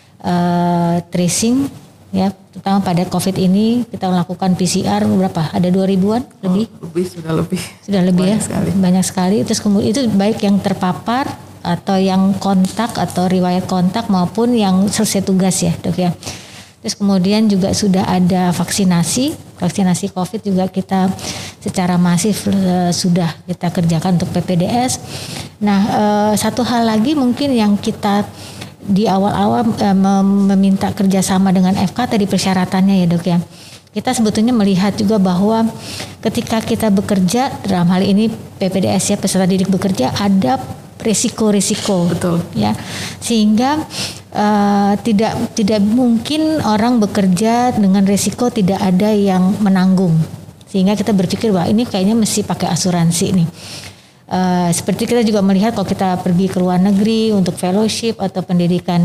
Speaker 1: tracing ya, terutama pada COVID ini kita melakukan PCR berapa? Ada 2000-an lebih?
Speaker 2: Sudah lebih
Speaker 1: ya, banyak sekali. Terus kemudian itu baik yang terpapar atau yang kontak atau riwayat kontak maupun yang selesai tugas ya, Dok ya. Terus kemudian juga sudah ada vaksinasi COVID juga kita secara masif sudah kita kerjakan untuk PPDS. Nah, satu hal lagi mungkin yang kita di awal-awal meminta kerjasama dengan FK tadi persyaratannya ya, Dok ya. Kita sebetulnya melihat juga bahwa ketika kita bekerja dalam hal ini PPDS ya, peserta didik bekerja, ada risiko-risiko.
Speaker 2: Betul.
Speaker 1: Ya, sehingga tidak mungkin orang bekerja dengan risiko tidak ada yang menanggung. Sehingga kita berpikir bahwa ini kayaknya mesti pakai asuransi nih. Seperti kita juga melihat kalau kita pergi ke luar negeri untuk fellowship atau pendidikan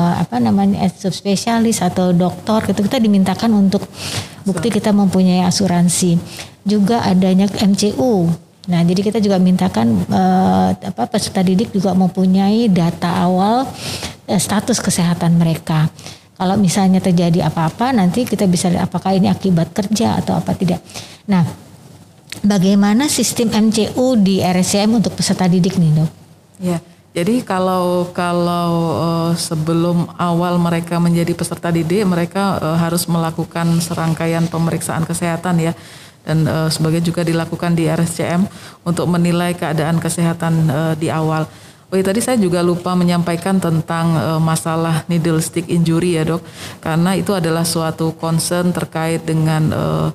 Speaker 1: subspesialis atau doktor, kita dimintakan untuk bukti kita mempunyai asuransi. Juga adanya MCU. Nah, jadi kita juga mintakan peserta didik juga mempunyai data awal status kesehatan mereka. Kalau misalnya terjadi apa-apa, nanti kita bisa lihat apakah ini akibat kerja atau apa tidak. Nah, bagaimana sistem MCU di RSCM untuk peserta didik nih, Dok?
Speaker 2: Ya, jadi kalau sebelum awal mereka menjadi peserta didik, mereka harus melakukan serangkaian pemeriksaan kesehatan ya. Dan sebagai juga dilakukan di RSCM untuk menilai keadaan kesehatan di awal. Tadi saya juga lupa menyampaikan tentang masalah needle stick injury ya, Dok. Karena itu adalah suatu concern terkait dengan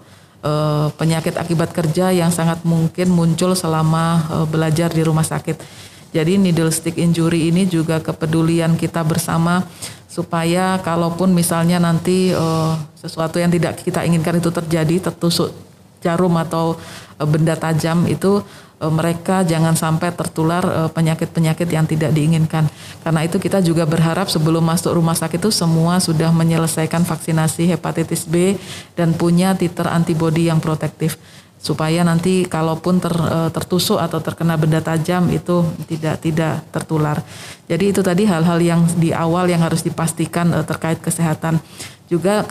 Speaker 2: penyakit akibat kerja yang sangat mungkin muncul selama belajar di rumah sakit. Jadi needle stick injury ini juga kepedulian kita bersama supaya kalaupun misalnya nanti sesuatu yang tidak kita inginkan itu terjadi, tertusuk jarum atau benda tajam itu, mereka jangan sampai tertular penyakit-penyakit yang tidak diinginkan. Karena itu kita juga berharap sebelum masuk rumah sakit itu semua sudah menyelesaikan vaksinasi hepatitis B dan punya titer antibodi yang protektif. Supaya nanti kalaupun tertusuk atau terkena benda tajam itu tidak tertular. Jadi itu tadi hal-hal yang di awal yang harus dipastikan terkait kesehatan. Juga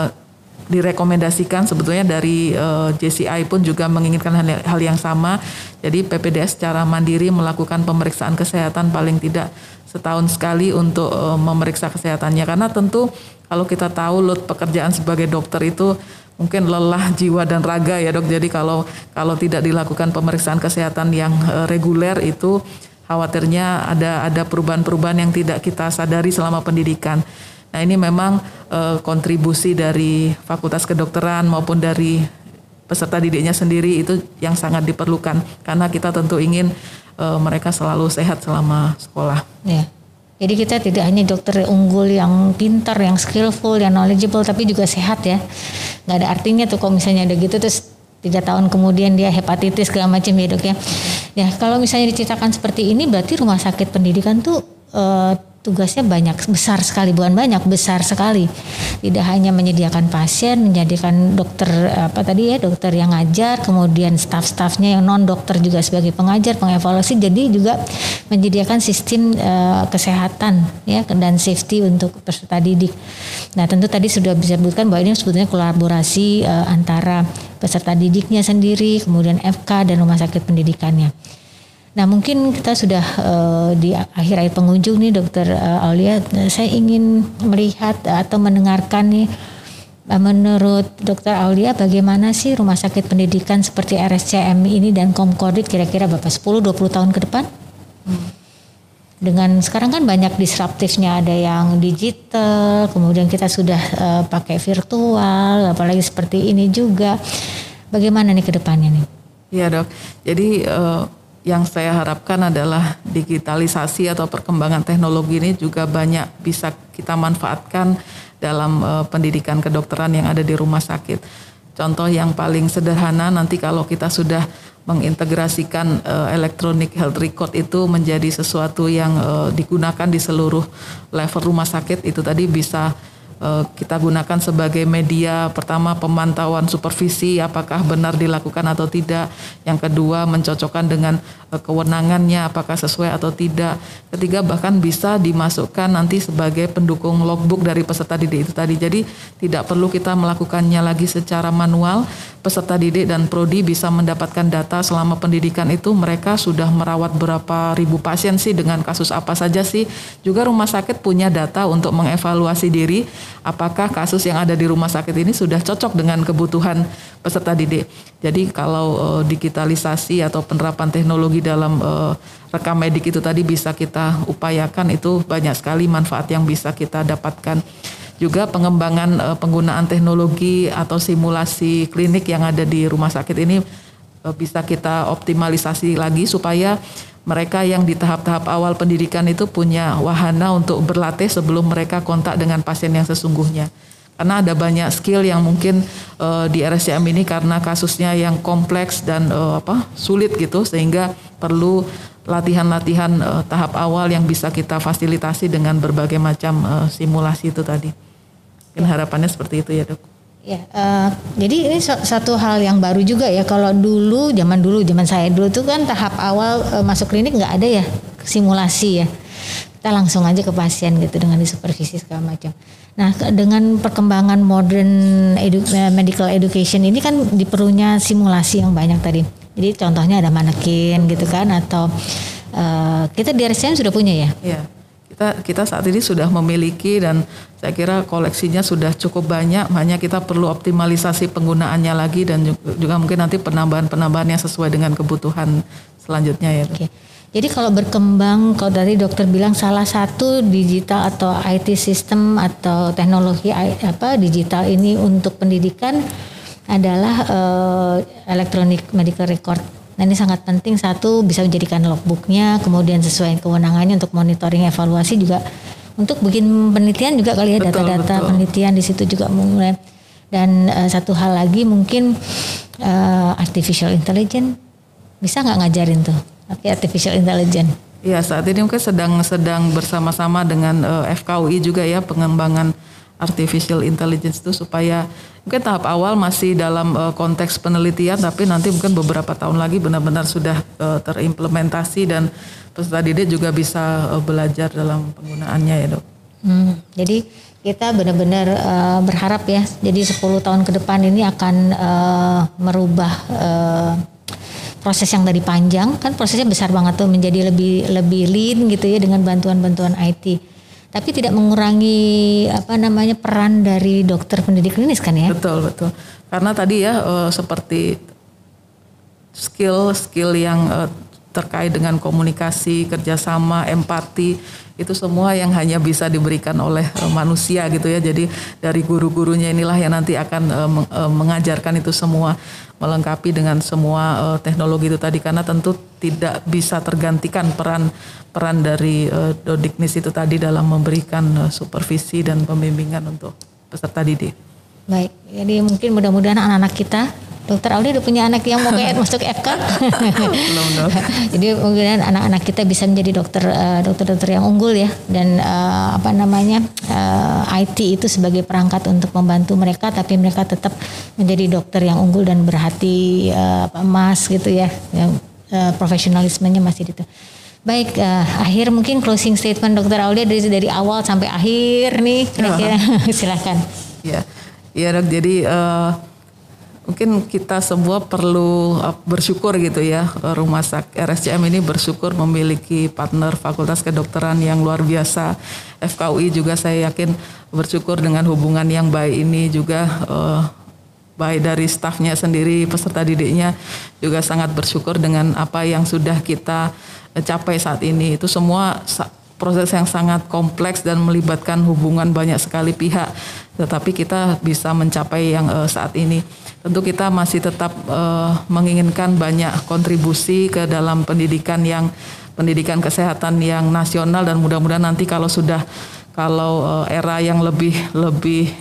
Speaker 2: direkomendasikan sebetulnya dari JCI pun juga menginginkan hal yang sama. Jadi PPDS secara mandiri melakukan pemeriksaan kesehatan paling tidak setahun sekali untuk memeriksa kesehatannya. Karena tentu kalau kita tahu load pekerjaan sebagai dokter itu mungkin lelah jiwa dan raga ya, Dok. Jadi kalau tidak dilakukan pemeriksaan kesehatan yang reguler itu khawatirnya ada perubahan-perubahan yang tidak kita sadari selama pendidikan. Nah, ini memang kontribusi dari Fakultas Kedokteran maupun dari peserta didiknya sendiri itu yang sangat diperlukan karena kita tentu ingin mereka selalu sehat selama sekolah.
Speaker 1: Ya. Jadi kita tidak hanya dokter unggul yang pintar, yang skillful, yang knowledgeable, tapi juga sehat ya. Nggak ada artinya tuh kalau misalnya ada gitu terus 3 tahun kemudian dia hepatitis segala macam ya, Dok ya. Ya, kalau misalnya diceritakan seperti ini berarti rumah sakit pendidikan tuh tugasnya besar sekali, bukan banyak, besar sekali. Tidak hanya menyediakan pasien, menyediakan dokter dokter yang ngajar, kemudian staf-stafnya yang non dokter juga sebagai pengajar, pengevaluasi, jadi juga menyediakan sistem kesehatan ya dan safety untuk peserta didik. Nah, tentu tadi sudah disebutkan bahwa ini sebetulnya kolaborasi antara peserta didiknya sendiri, kemudian FK dan rumah sakit pendidikannya. Nah, mungkin kita sudah di akhir pengunjung nih, Dokter Aulia. Saya ingin melihat atau mendengarkan nih, menurut Dokter Aulia bagaimana sih rumah sakit pendidikan seperti RSCM ini dan Komkodik kira-kira Bapak 10-20 tahun ke depan? Dengan sekarang kan banyak disruptifnya, ada yang digital, kemudian kita sudah pakai virtual, apalagi seperti ini juga. Bagaimana nih ke depannya nih?
Speaker 2: Iya, Dok. Jadi yang saya harapkan adalah digitalisasi atau perkembangan teknologi ini juga banyak bisa kita manfaatkan dalam pendidikan kedokteran yang ada di rumah sakit. Contoh yang paling sederhana, nanti kalau kita sudah mengintegrasikan electronic health record itu menjadi sesuatu yang digunakan di seluruh level rumah sakit, itu tadi bisa kita gunakan sebagai media. Pertama, pemantauan supervisi apakah benar dilakukan atau tidak. Yang kedua, mencocokkan dengan kewenangannya apakah sesuai atau tidak. Ketiga, bahkan bisa dimasukkan nanti sebagai pendukung logbook dari peserta didik itu tadi. Jadi tidak perlu kita melakukannya lagi secara manual. Peserta didik dan prodi bisa mendapatkan data selama pendidikan itu mereka sudah merawat berapa ribu pasien sih, dengan kasus apa saja sih. Juga rumah sakit punya data untuk mengevaluasi diri apakah kasus yang ada di rumah sakit ini sudah cocok dengan kebutuhan peserta didik. Jadi kalau digitalisasi atau penerapan teknologi dalam rekam medik itu tadi bisa kita upayakan, itu banyak sekali manfaat yang bisa kita dapatkan. Juga pengembangan penggunaan teknologi atau simulasi klinik yang ada di rumah sakit ini bisa kita optimalisasi lagi supaya mereka yang di tahap-tahap awal pendidikan itu punya wahana untuk berlatih sebelum mereka kontak dengan pasien yang sesungguhnya. Karena ada banyak skill yang mungkin di RSCM ini karena kasusnya yang kompleks dan sulit gitu, sehingga perlu latihan-latihan tahap awal yang bisa kita fasilitasi dengan berbagai macam simulasi itu tadi. Mungkin harapannya seperti itu ya, Dok.
Speaker 1: Ya, jadi ini satu hal yang baru juga ya. Kalau zaman saya dulu tuh kan tahap awal masuk klinik nggak ada ya simulasi ya. Kita langsung aja ke pasien gitu dengan disupervisi segala macam. Nah, dengan perkembangan modern medical education ini kan diperlunya simulasi yang banyak tadi. Jadi contohnya ada manekin gitu kan, atau kita di RSCM sudah punya ya?
Speaker 2: Iya. Kita saat ini sudah memiliki dan saya kira koleksinya sudah cukup banyak, hanya kita perlu optimalisasi penggunaannya lagi dan juga mungkin nanti penambahan-penambahan yang sesuai dengan kebutuhan selanjutnya ya.
Speaker 1: Oke. Jadi kalau berkembang, kalau dari dokter bilang salah satu digital atau IT system atau teknologi digital ini untuk pendidikan adalah electronic medical record. Nah, ini sangat penting, satu bisa menjadikan logbooknya, kemudian sesuai kewenangannya untuk monitoring evaluasi, juga untuk bikin penelitian juga kali ya, data-data penelitian di situ juga mulai. Dan satu hal lagi mungkin artificial intelligence, bisa nggak ngajarin tuh artificial intelligence?
Speaker 2: Iya, saat ini mungkin sedang bersama-sama dengan FKUI juga ya pengembangan artificial intelligence itu, supaya mungkin tahap awal masih dalam konteks penelitian, tapi nanti mungkin beberapa tahun lagi benar-benar sudah terimplementasi dan peserta didik juga bisa belajar dalam penggunaannya ya, Dok.
Speaker 1: Jadi kita benar-benar berharap ya, jadi 10 tahun ke depan ini akan merubah proses yang tadi panjang, kan prosesnya besar banget tuh, menjadi lebih lean gitu ya dengan bantuan-bantuan IT. Tapi tidak mengurangi peran dari dokter pendidik klinis kan ya? Betul.
Speaker 2: Karena tadi ya seperti skill yang terkait dengan komunikasi, kerjasama, empati, itu semua yang hanya bisa diberikan oleh manusia gitu ya. Jadi dari guru-gurunya inilah yang nanti akan mengajarkan itu semua, melengkapi dengan semua teknologi itu tadi, karena tentu tidak bisa tergantikan peran dari Dodiknis itu tadi dalam memberikan supervisi dan pembimbingan untuk peserta didik.
Speaker 1: Baik, jadi mungkin mudah-mudahan anak-anak kita, Dokter Audi udah punya anak yang mau masuk FK.
Speaker 2: Belum.
Speaker 1: Jadi mungkin anak-anak kita bisa menjadi dokter-dokter yang unggul ya, dan IT itu sebagai perangkat untuk membantu mereka, tapi mereka tetap menjadi dokter yang unggul dan berhati emas gitu ya, yang profesionalismenya masih itu. Baik, akhir mungkin closing statement Dokter Aulia dari awal sampai akhir nih, kira-kira silakan.
Speaker 2: Ya Dok, jadi mungkin kita semua perlu bersyukur gitu ya, Rumah Sakit RSCM ini bersyukur memiliki partner Fakultas Kedokteran yang luar biasa. FKUI juga saya yakin bersyukur dengan hubungan yang baik ini juga, baik dari stafnya sendiri, peserta didiknya juga sangat bersyukur dengan apa yang sudah kita capai saat ini. Itu semua proses yang sangat kompleks dan melibatkan hubungan banyak sekali pihak, tetapi kita bisa mencapai yang saat ini. Tentu kita masih tetap menginginkan banyak kontribusi ke dalam pendidikan kesehatan yang nasional, dan mudah-mudahan nanti kalau era yang lebih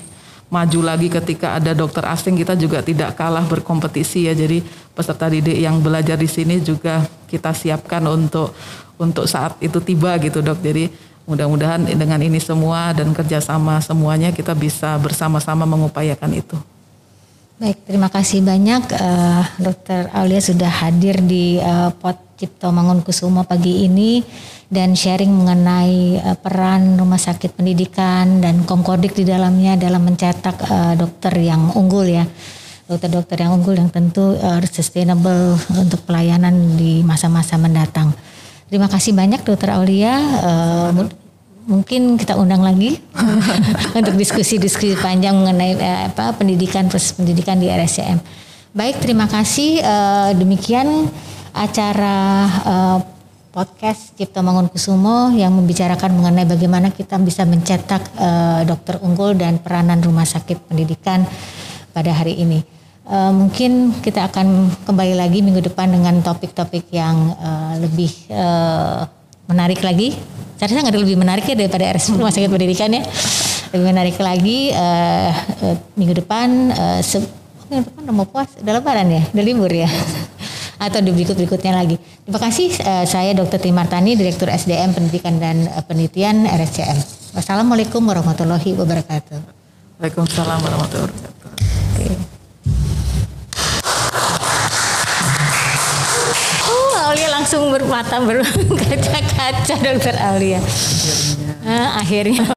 Speaker 2: maju lagi ketika ada dokter asing, kita juga tidak kalah berkompetisi ya. Jadi peserta didik yang belajar di sini juga kita siapkan untuk saat itu tiba gitu dok. Jadi mudah-mudahan dengan ini semua dan kerjasama semuanya kita bisa bersama-sama mengupayakan itu.
Speaker 1: Baik, terima kasih banyak Dr. Aulia sudah hadir di Pod Cipto Mangunkusumo pagi ini dan sharing mengenai peran rumah sakit pendidikan dan Komkodik di dalamnya dalam mencetak dokter yang unggul ya. Dokter-dokter yang unggul yang tentu sustainable untuk pelayanan di masa-masa mendatang. Terima kasih banyak Dr. Aulia. Mungkin kita undang lagi untuk diskusi-diskusi panjang mengenai proses pendidikan di RSCM. Baik, terima kasih. Demikian acara podcast Cipto Mangunkusumo yang membicarakan mengenai bagaimana kita bisa mencetak dokter unggul dan peranan rumah sakit pendidikan pada hari ini. Mungkin kita akan kembali lagi minggu depan dengan topik-topik yang lebih menarik lagi. Saya rasa nggak ada lebih menarik ya daripada rumah sakit pendidikan ya. Lebih menarik lagi minggu depan. Minggu depan udah mau puas, udah lebaran ya, udah libur ya. Atau di berikut-berikutnya lagi. Terima kasih. Saya Dr. Timartani, Direktur SDM Pendidikan dan Penelitian RSCM. Wassalamualaikum warahmatullahi wabarakatuh.
Speaker 2: Waalaikumsalam warahmatullahi wabarakatuh.
Speaker 1: Oke. Aulia langsung bermata berkaca-kaca Dokter Aulia. Akhirnya.